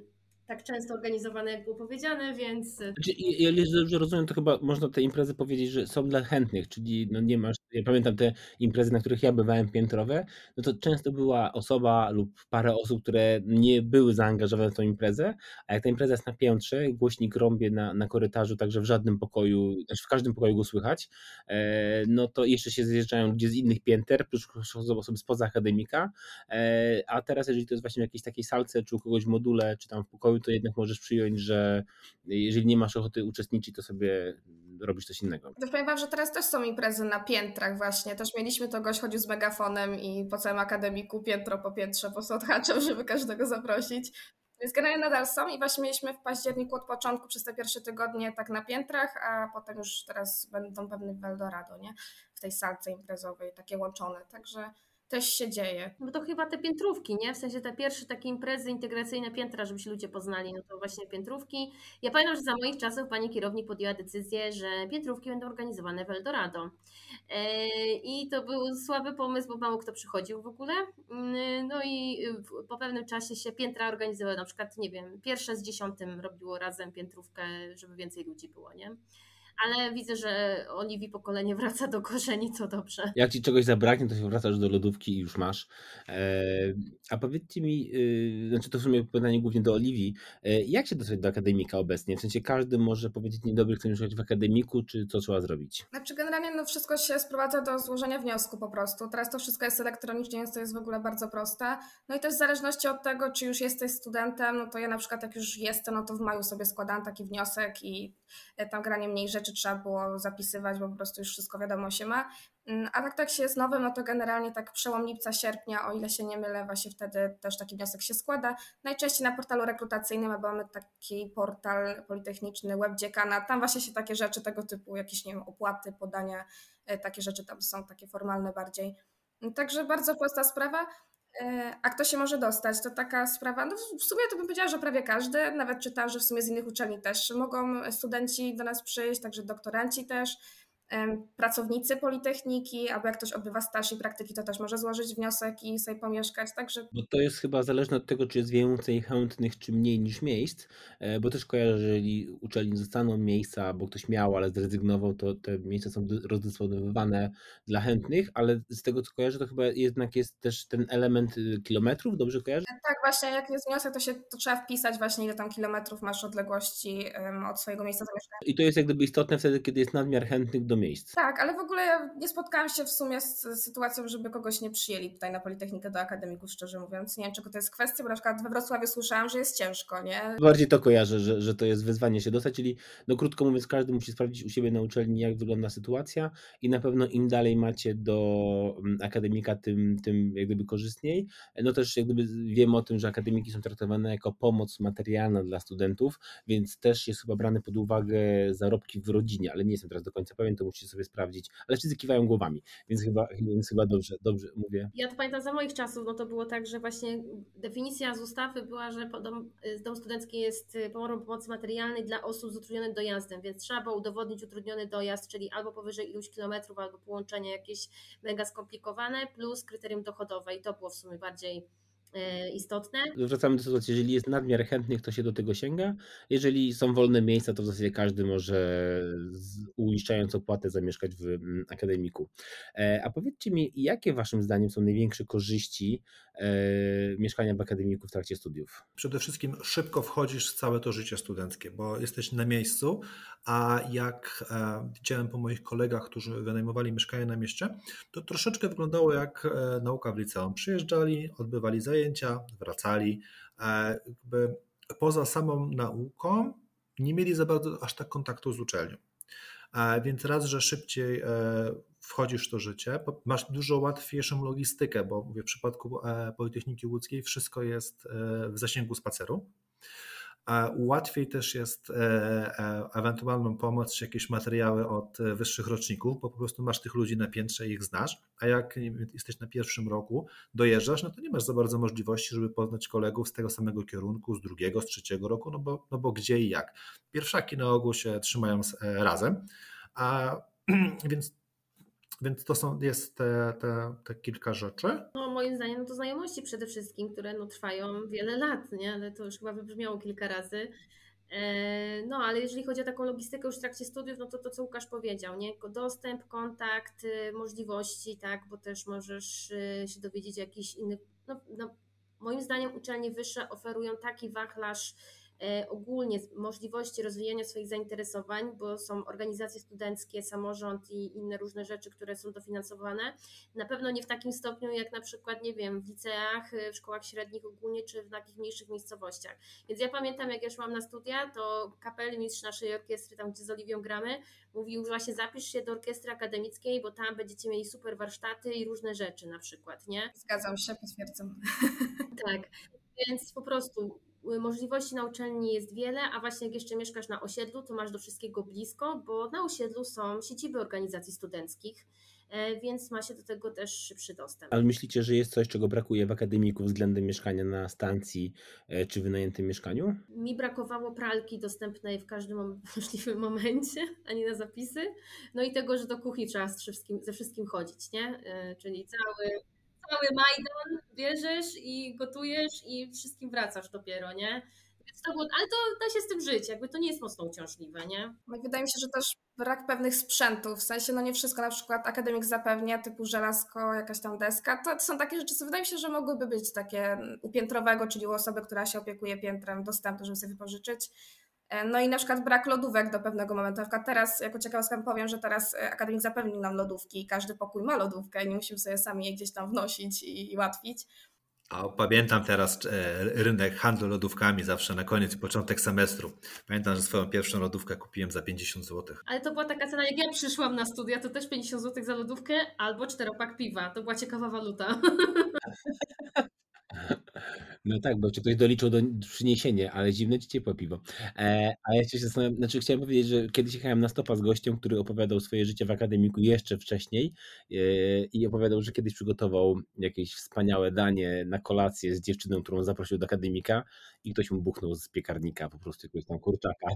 tak często organizowane, jak było powiedziane, więc Znaczy, jeżeli dobrze rozumiem, to chyba można te imprezy powiedzieć, że są dla chętnych, czyli no nie masz, ja pamiętam te imprezy, na których ja bywałem piętrowe, no to często była osoba lub parę osób, które nie były zaangażowane w tą imprezę, a jak ta impreza jest na piętrze, głośnik rąbie na korytarzu, także w żadnym pokoju, znaczy w każdym pokoju go słychać, no to jeszcze się zjeżdżają ludzie z innych pięter, plus osoby spoza akademika, a teraz jeżeli to jest właśnie w jakiejś takiej salce, czy u kogoś w module, czy tam w pokoju, to jednak możesz przyjąć, że jeżeli nie masz ochoty uczestniczyć, to sobie robisz coś innego. To powiem wam, że teraz też są imprezy na piętrach właśnie. Też mieliśmy to, gość chodził z megafonem i po całym akademiku piętro po piętrze po prostu odhaczał, żeby każdego zaprosić. Więc generalnie nadal są i właśnie mieliśmy w październiku od początku przez te pierwsze tygodnie tak na piętrach, a potem już teraz będą pewnie w Eldorado, nie? W tej salce imprezowej, takie łączone. Także też się dzieje. bo to chyba te piętrówki, nie? W sensie te pierwsze takie imprezy integracyjne piętra, żeby się ludzie poznali, no to właśnie piętrówki. Ja pamiętam, że za moich czasów pani kierownik podjęła decyzję, że piętrówki będą organizowane w Eldorado. I to był słaby pomysł, bo mało kto przychodził w ogóle. No i po pewnym czasie się piętra organizowały, na przykład, nie wiem, pierwsze z 10 robiło razem piętrówkę, żeby więcej ludzi było, nie? Ale widzę, że Oliwii pokolenie wraca do korzeni, co dobrze. Jak ci czegoś zabraknie, to się wracasz do lodówki i już masz. A powiedzcie mi, znaczy to w sumie pytanie głównie do Oliwii, jak się dostać do akademika obecnie? W sensie każdy może powiedzieć, dzień dobry, chcę mieszkać w akademiku, czy co trzeba zrobić? Znaczy generalnie no wszystko się sprowadza do złożenia wniosku po prostu. Teraz to wszystko jest elektronicznie, więc to jest w ogóle bardzo proste. No i też w zależności od tego, czy już jesteś studentem, no to ja na przykład jak już jestem, no to w maju sobie składam taki wniosek i tam granie mniej rzeczy trzeba było zapisywać, bo po prostu już wszystko wiadomo się ma. A tak się jest nowym, no to generalnie tak przełom lipca, sierpnia, o ile się nie mylę, właśnie wtedy też taki wniosek się składa. Najczęściej na portalu rekrutacyjnym, bo mamy taki portal politechniczny Web Dziekana, tam właśnie się takie rzeczy tego typu, jakieś nie wiem, opłaty, podania, takie rzeczy tam są takie formalne bardziej. Także bardzo prosta sprawa. A kto się może dostać? To taka sprawa, no w sumie to bym powiedziała, że prawie każdy, nawet czytałam, że w sumie z innych uczelni też mogą studenci do nas przyjść, także doktoranci też, pracownicy Politechniki, albo jak ktoś odbywa staż i praktyki, to też może złożyć wniosek i sobie pomieszkać, także Bo to jest chyba zależne od tego, czy jest więcej chętnych, czy mniej niż miejsc, bo też kojarzę, że jeżeli uczelni zostaną miejsca, bo ktoś miał, ale zrezygnował, to te miejsca są rozdysponowywane dla chętnych, ale z tego, co kojarzę, to chyba jednak jest też ten element kilometrów, dobrze kojarzę? tak właśnie jak jest wniosek, to trzeba wpisać właśnie ile tam kilometrów masz odległości od swojego miejsca zamieszkania. I to jest jak gdyby istotne wtedy, kiedy jest nadmiar chętnych do miejsc. Tak, ale w ogóle ja nie spotkałam się w sumie z sytuacją, żeby kogoś nie przyjęli tutaj na Politechnikę do akademików, szczerze mówiąc. Nie wiem, czego to jest kwestia, bo na przykład we Wrocławiu słyszałam, że jest ciężko, nie? Bardziej to kojarzę, że to jest wyzwanie się dostać, czyli no krótko mówiąc, każdy musi sprawdzić u siebie na uczelni, jak wygląda sytuacja i na pewno im dalej macie do akademika, tym jak gdyby korzystniej. No też jak gdyby wiemy o tym, że akademiki są traktowane jako pomoc materialna dla studentów, więc też jest chyba brane pod uwagę zarobki w rodzinie, ale nie jestem teraz do końca pewien, to musicie sobie sprawdzić, ale wszyscy kiwają głowami, więc chyba dobrze mówię. Ja to pamiętam za moich czasów, no to było tak, że właśnie definicja z ustawy była, że dom studencki jest pomocą pomocy materialnej dla osób z utrudnionym dojazdem, więc trzeba było udowodnić utrudniony dojazd, czyli albo powyżej iluś kilometrów, albo połączenie jakieś mega skomplikowane, plus kryterium dochodowe i to było w sumie bardziej istotne. Wracamy do sytuacji, jeżeli jest nadmiar chętnych, to się do tego sięga. Jeżeli są wolne miejsca, to w zasadzie każdy może uiszczając opłatę zamieszkać w akademiku. A powiedzcie mi, jakie waszym zdaniem są największe korzyści mieszkania w akademiku w trakcie studiów? Przede wszystkim szybko wchodzisz w całe to życie studenckie, bo jesteś na miejscu, a jak widziałem po moich kolegach, którzy wynajmowali mieszkanie na mieście, to troszeczkę wyglądało jak nauka w liceum. Przyjeżdżali, odbywali zajęcia, wracali. Jakby poza samą nauką nie mieli za bardzo aż tak kontaktu z uczelnią. Więc raz, że szybciej wchodzisz w to życie, masz dużo łatwiejszą logistykę, bo mówię, w przypadku Politechniki Łódzkiej wszystko jest w zasięgu spaceru. Łatwiej też jest ewentualną pomoc czy jakieś materiały od wyższych roczników, bo po prostu masz tych ludzi na piętrze i ich znasz, a jak jesteś na pierwszym roku, dojeżdżasz, no to nie masz za bardzo możliwości, żeby poznać kolegów z tego samego kierunku, z drugiego, z trzeciego roku, no bo gdzie i jak. Pierwszaki na ogół się trzymają razem, więc Więc jest te kilka rzeczy. No, moim zdaniem to znajomości przede wszystkim, które trwają wiele lat, nie? Ale to już chyba wybrzmiało kilka razy. No, ale jeżeli chodzi o taką logistykę już w trakcie studiów, no to co Łukasz powiedział, nie? Dostęp, kontakt, możliwości, tak, bo też możesz się dowiedzieć o jakichś innych, moim zdaniem uczelnie wyższe oferują taki wachlarz ogólnie możliwości rozwijania swoich zainteresowań, bo są organizacje studenckie, samorząd i inne różne rzeczy, które są dofinansowane. Na pewno nie w takim stopniu jak na przykład, nie wiem, w liceach, w szkołach średnich ogólnie, czy w takich mniejszych miejscowościach. Więc ja pamiętam, jak ja szłam na studia, to kapelmistrz naszej orkiestry, tam gdzie z Oliwią gramy, mówił właśnie zapisz się do orkiestry akademickiej, bo tam będziecie mieli super warsztaty i różne rzeczy na przykład, nie? Zgadzam się, potwierdzam. Tak, więc po prostu możliwości na uczelni jest wiele, a właśnie jak jeszcze mieszkasz na osiedlu, to masz do wszystkiego blisko, bo na osiedlu są siedziby organizacji studenckich, więc ma się do tego też szybszy dostęp. Ale myślicie, że jest coś, czego brakuje w akademiku względem mieszkania na stacji czy wynajętym mieszkaniu? Mi brakowało pralki dostępnej w każdym możliwym momencie, a nie na zapisy. No i tego, że do kuchni trzeba ze wszystkim chodzić, nie? Czyli cały Majdan bierzesz i gotujesz i wszystkim wracasz dopiero, nie? Więc ale to da się z tym żyć, jakby to nie jest mocno uciążliwe, nie? No i wydaje mi się, że też brak pewnych sprzętów, w sensie nie wszystko na przykład akademik zapewnia, typu żelazko, jakaś tam deska, to są takie rzeczy, co wydaje mi się, że mogłyby być takie u piętrowego, czyli u osoby, która się opiekuje piętrem, dostępne, żeby sobie wypożyczyć. No i na przykład brak lodówek do pewnego momentu. Na przykład teraz, jako ciekawostkę powiem, że teraz akademik zapewnił nam lodówki i każdy pokój ma lodówkę i nie musimy sobie sami je gdzieś tam wnosić i łatwić. A pamiętam teraz rynek handlu lodówkami zawsze na koniec, początek semestru. Pamiętam, że swoją pierwszą lodówkę kupiłem za 50 zł. Ale to była taka cena, jak ja przyszłam na studia, to też 50 zł za lodówkę albo 4-pak piwa. To była ciekawa waluta. No tak, bo czy ktoś doliczył do przyniesienia, ale zimne czy ciepłe piwo. A ja się zastanawiam, chciałem powiedzieć, że kiedyś jechałem na stopa z gościem, który opowiadał swoje życie w akademiku jeszcze wcześniej i opowiadał, że kiedyś przygotował jakieś wspaniałe danie na kolację z dziewczyną, którą zaprosił do akademika i ktoś mu buchnął z piekarnika po prostu jakiegoś tam kurczaka.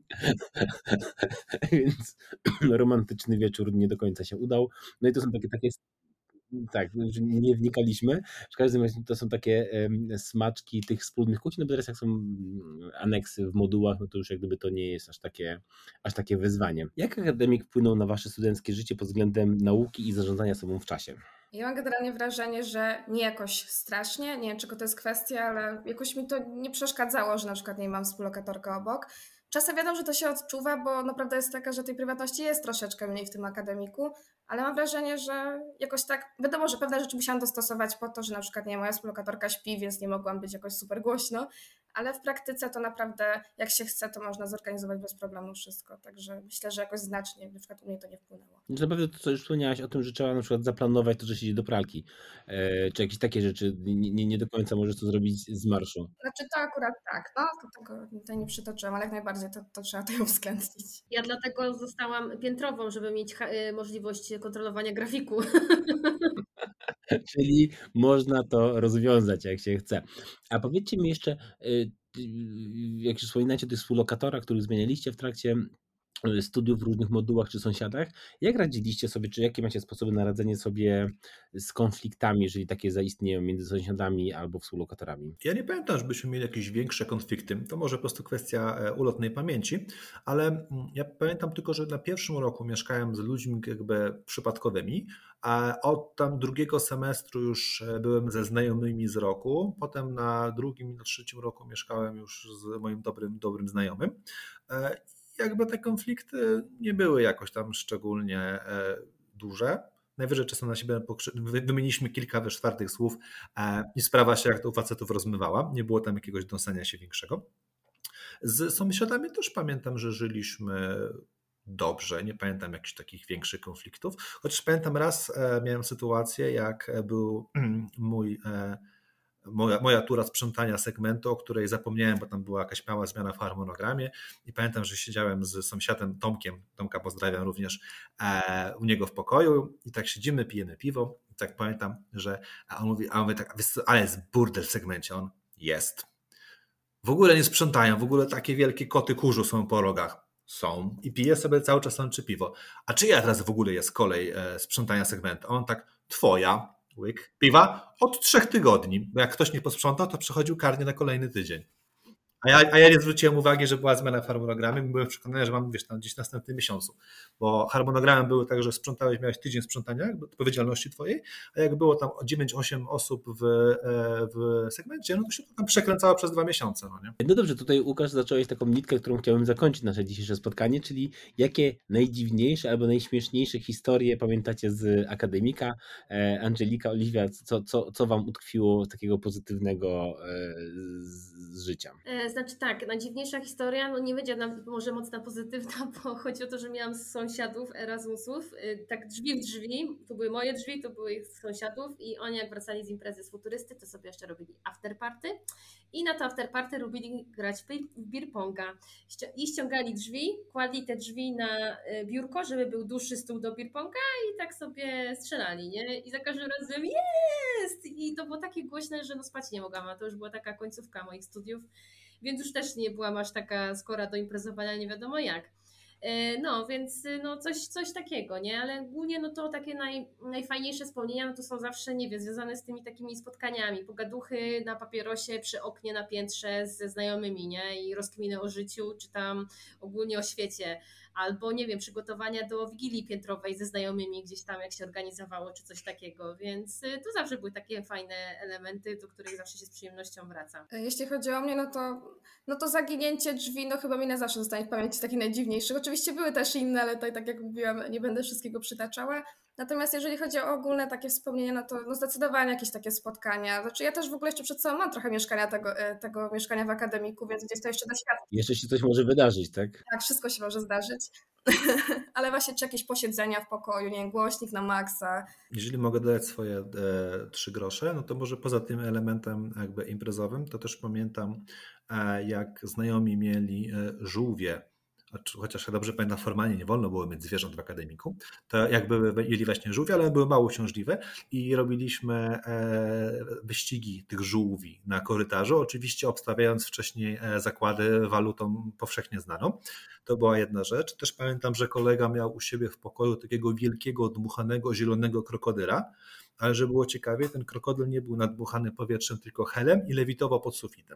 Więc romantyczny wieczór nie do końca się udał. No i to są takie tak, że nie wnikaliśmy. W każdym razie to są takie smaczki tych wspólnych kuchni, no bo teraz jak są aneksy w modułach, no to już jak gdyby to nie jest aż takie wyzwanie. Jak akademik wpłynął na wasze studenckie życie pod względem nauki i zarządzania sobą w czasie? Ja mam generalnie wrażenie, że nie jakoś strasznie, nie wiem czego to jest kwestia, ale jakoś mi to nie przeszkadzało, że na przykład nie mam współlokatorka obok. Czasem wiadomo, że to się odczuwa, bo prawda jest taka, że tej prywatności jest troszeczkę mniej w tym akademiku, ale mam wrażenie, że jakoś tak, wiadomo, że pewne rzeczy musiałam dostosować po to, że na przykład nie, moja współlokatorka śpi, więc nie mogłam być jakoś super głośno, ale w praktyce to naprawdę jak się chce, to można zorganizować bez problemu wszystko, także myślę, że jakoś znacznie na przykład u mnie to nie wpłynęło. Na pewno to, co już wspomniałaś o tym, że trzeba na przykład zaplanować to, że się idzie do pralki, czy jakieś takie rzeczy, nie do końca możesz to zrobić z marszu. Znaczy to akurat tak, no to tego tutaj nie przytoczyłam, ale jak najbardziej to trzeba to uwzględnić. Ja dlatego zostałam piętrową, żeby mieć możliwość kontrolowania grafiku. Czyli można to rozwiązać, jak się chce. A powiedzcie mi jeszcze, jak już wspominacie o tych współlokatorach, których zmienialiście w trakcie studiów w różnych modułach czy sąsiadach, jak radziliście sobie, czy jakie macie sposoby na radzenie sobie z konfliktami, jeżeli takie zaistnieją między sąsiadami albo współlokatorami? Ja nie pamiętam, żebyśmy mieli jakieś większe konflikty. To może po prostu kwestia ulotnej pamięci, ale ja pamiętam tylko, że na pierwszym roku mieszkałem z ludźmi jakby przypadkowymi, a od tam drugiego semestru już byłem ze znajomymi z roku, potem na drugim i na trzecim roku mieszkałem już z moim dobrym znajomym. Jakby te konflikty nie były jakoś tam szczególnie duże. Najwyżej czasem na siebie wymieniliśmy kilka czwartych słów i sprawa się jak to u facetów rozmywała. Nie było tam jakiegoś dąsania się większego. Z sąsiadami też pamiętam, że żyliśmy dobrze. Nie pamiętam jakichś takich większych konfliktów. Chociaż pamiętam raz miałem sytuację, jak był moja tura sprzątania segmentu, o której zapomniałem, bo tam była jakaś mała zmiana w harmonogramie i pamiętam, że siedziałem z sąsiadem Tomka pozdrawiam również, u niego w pokoju i tak siedzimy, pijemy piwo i tak pamiętam, że on mówi tak, ale jest burdel w segmencie, on jest. W ogóle nie sprzątają, w ogóle takie wielkie koty kurzu są po rogach. Są. I piję sobie cały czas czy piwo. A czyja teraz w ogóle jest kolej sprzątania segmentu? On tak, twoja, łyk piwa od 3 tygodni. Bo jak ktoś nie posprzątał, to przechodził karnie na kolejny tydzień. A ja nie zwróciłem uwagi, że była zmiana w harmonogramie. Byłem przekonany, że mam tam gdzieś w następnym miesiącu. Bo harmonogramem były tak, że sprzątałeś, miałeś tydzień sprzątania, odpowiedzialności twojej, a jak było tam 9-8 osób w segmencie, no to się to tam przekręcało przez 2 miesiące. No, nie? No dobrze, tutaj Łukasz zacząłeś taką nitkę, którą chciałbym zakończyć nasze dzisiejsze spotkanie, czyli jakie najdziwniejsze albo najśmieszniejsze historie pamiętacie z akademika? Angelika, Oliwia, co wam utkwiło takiego pozytywnego z życia? Znaczy tak, najdziwniejsza historia, no nie będzie może mocna pozytywna, bo chodzi o to, że miałam sąsiadów Erasmusów, tak drzwi w drzwi, to były moje drzwi, to były ich sąsiadów i oni jak wracali z imprezy z futurysty, to sobie jeszcze robili afterparty i na to afterparty lubili grać w beer ponga i ściągali drzwi, kładli te drzwi na biurko, żeby był dłuższy stół do beer ponga i tak sobie strzelali, nie? I za każdym razem jest! I to było takie głośne, że no spać nie mogłam, a to już była taka końcówka moich studiów, więc już też nie byłam aż taka skora do imprezowania, nie wiadomo jak. No, więc no coś takiego, nie? Ale ogólnie no to takie najfajniejsze wspomnienia no to są zawsze, nie wiem, związane z tymi takimi spotkaniami, pogaduchy na papierosie przy oknie na piętrze ze znajomymi, nie? I rozkminy o życiu, czy tam ogólnie o świecie. Albo, nie wiem, przygotowania do wigilii piętrowej ze znajomymi gdzieś tam, jak się organizowało, czy coś takiego, więc to zawsze były takie fajne elementy, do których zawsze się z przyjemnością wraca. Jeśli chodzi o mnie, no to zaginięcie drzwi, no chyba mi na zawsze zostanie w pamięci taki najdziwniejszy. Oczywiście były też inne, ale tutaj, tak jak mówiłam, nie będę wszystkiego przytaczała. Natomiast jeżeli chodzi o ogólne takie wspomnienia, no to no zdecydowanie jakieś takie spotkania. Znaczy ja też w ogóle jeszcze przed sobą mam trochę mieszkania tego mieszkania w akademiku, więc gdzieś to jeszcze doświadczam. Jeszcze się coś może wydarzyć, tak? Tak, wszystko się może zdarzyć. Ale właśnie czy jakieś posiedzenia w pokoju, nie wiem, głośnik na maksa. Jeżeli mogę dodać swoje 3 grosze, no to może poza tym elementem jakby imprezowym, to też pamiętam, jak znajomi mieli żółwie, chociaż ja dobrze pamiętam, formalnie nie wolno było mieć zwierząt w akademiku, to jakby mieli właśnie żółwie, ale były mało uciążliwe i robiliśmy wyścigi tych żółwi na korytarzu, oczywiście obstawiając wcześniej zakłady walutą powszechnie znaną. To była jedna rzecz. Też pamiętam, że kolega miał u siebie w pokoju takiego wielkiego, dmuchanego, zielonego krokodyla, ale żeby było ciekawie, ten krokodyl nie był nadmuchany powietrzem, tylko helem i lewitował pod sufitem.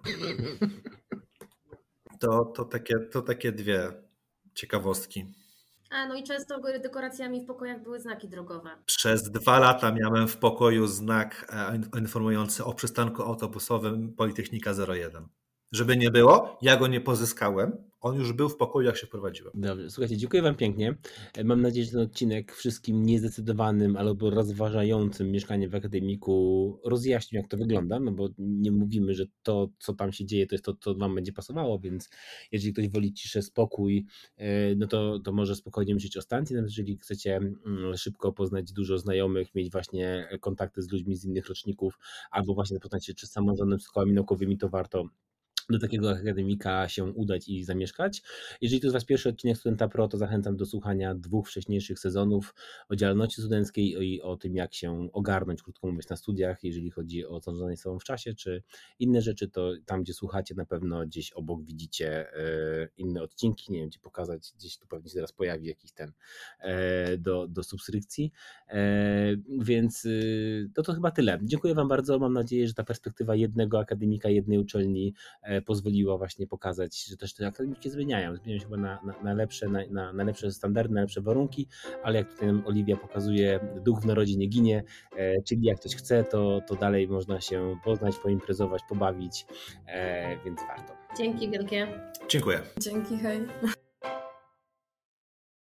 To takie 2 ciekawostki. No i często dekoracjami w pokojach były znaki drogowe. Przez 2 lata miałem w pokoju znak informujący o przystanku autobusowym Politechnika 01. Żeby nie było, ja go nie pozyskałem. On już był w pokoju, jak się prowadziłem. Dobrze, słuchajcie, dziękuję wam pięknie. Mam nadzieję, że ten odcinek wszystkim niezdecydowanym albo rozważającym mieszkanie w akademiku rozjaśnił, jak to wygląda, no bo nie mówimy, że to, co tam się dzieje, to jest to, co wam będzie pasowało, więc jeżeli ktoś woli ciszę, spokój, no to może spokojnie myśleć o stacji, nawet jeżeli chcecie szybko poznać dużo znajomych, mieć właśnie kontakty z ludźmi z innych roczników, albo właśnie zapoznać się czy z samorządem, z szkołami naukowymi, to warto do takiego akademika się udać i zamieszkać. Jeżeli to jest wasz pierwszy odcinek Studenta Pro, to zachęcam do słuchania 2 wcześniejszych sezonów o działalności studenckiej i o tym, jak się ogarnąć, krótko mówiąc, na studiach, jeżeli chodzi o zarządzanie sobą w czasie, czy inne rzeczy, to tam, gdzie słuchacie, na pewno gdzieś obok widzicie inne odcinki, nie wiem, gdzie pokazać, gdzieś tu pewnie się zaraz pojawi jakiś ten do subskrypcji, więc to chyba tyle. Dziękuję wam bardzo, mam nadzieję, że ta perspektywa jednego akademika, jednej uczelni pozwoliła właśnie pokazać, że też te akademiki zmieniają się chyba na lepsze standardy, na lepsze warunki, ale jak tutaj nam Oliwia pokazuje, duch w narodzie nie ginie, czyli jak ktoś chce, to dalej można się poznać, poimprezować, pobawić, więc warto. Dzięki wielkie. Dziękuję. Dzięki, hej.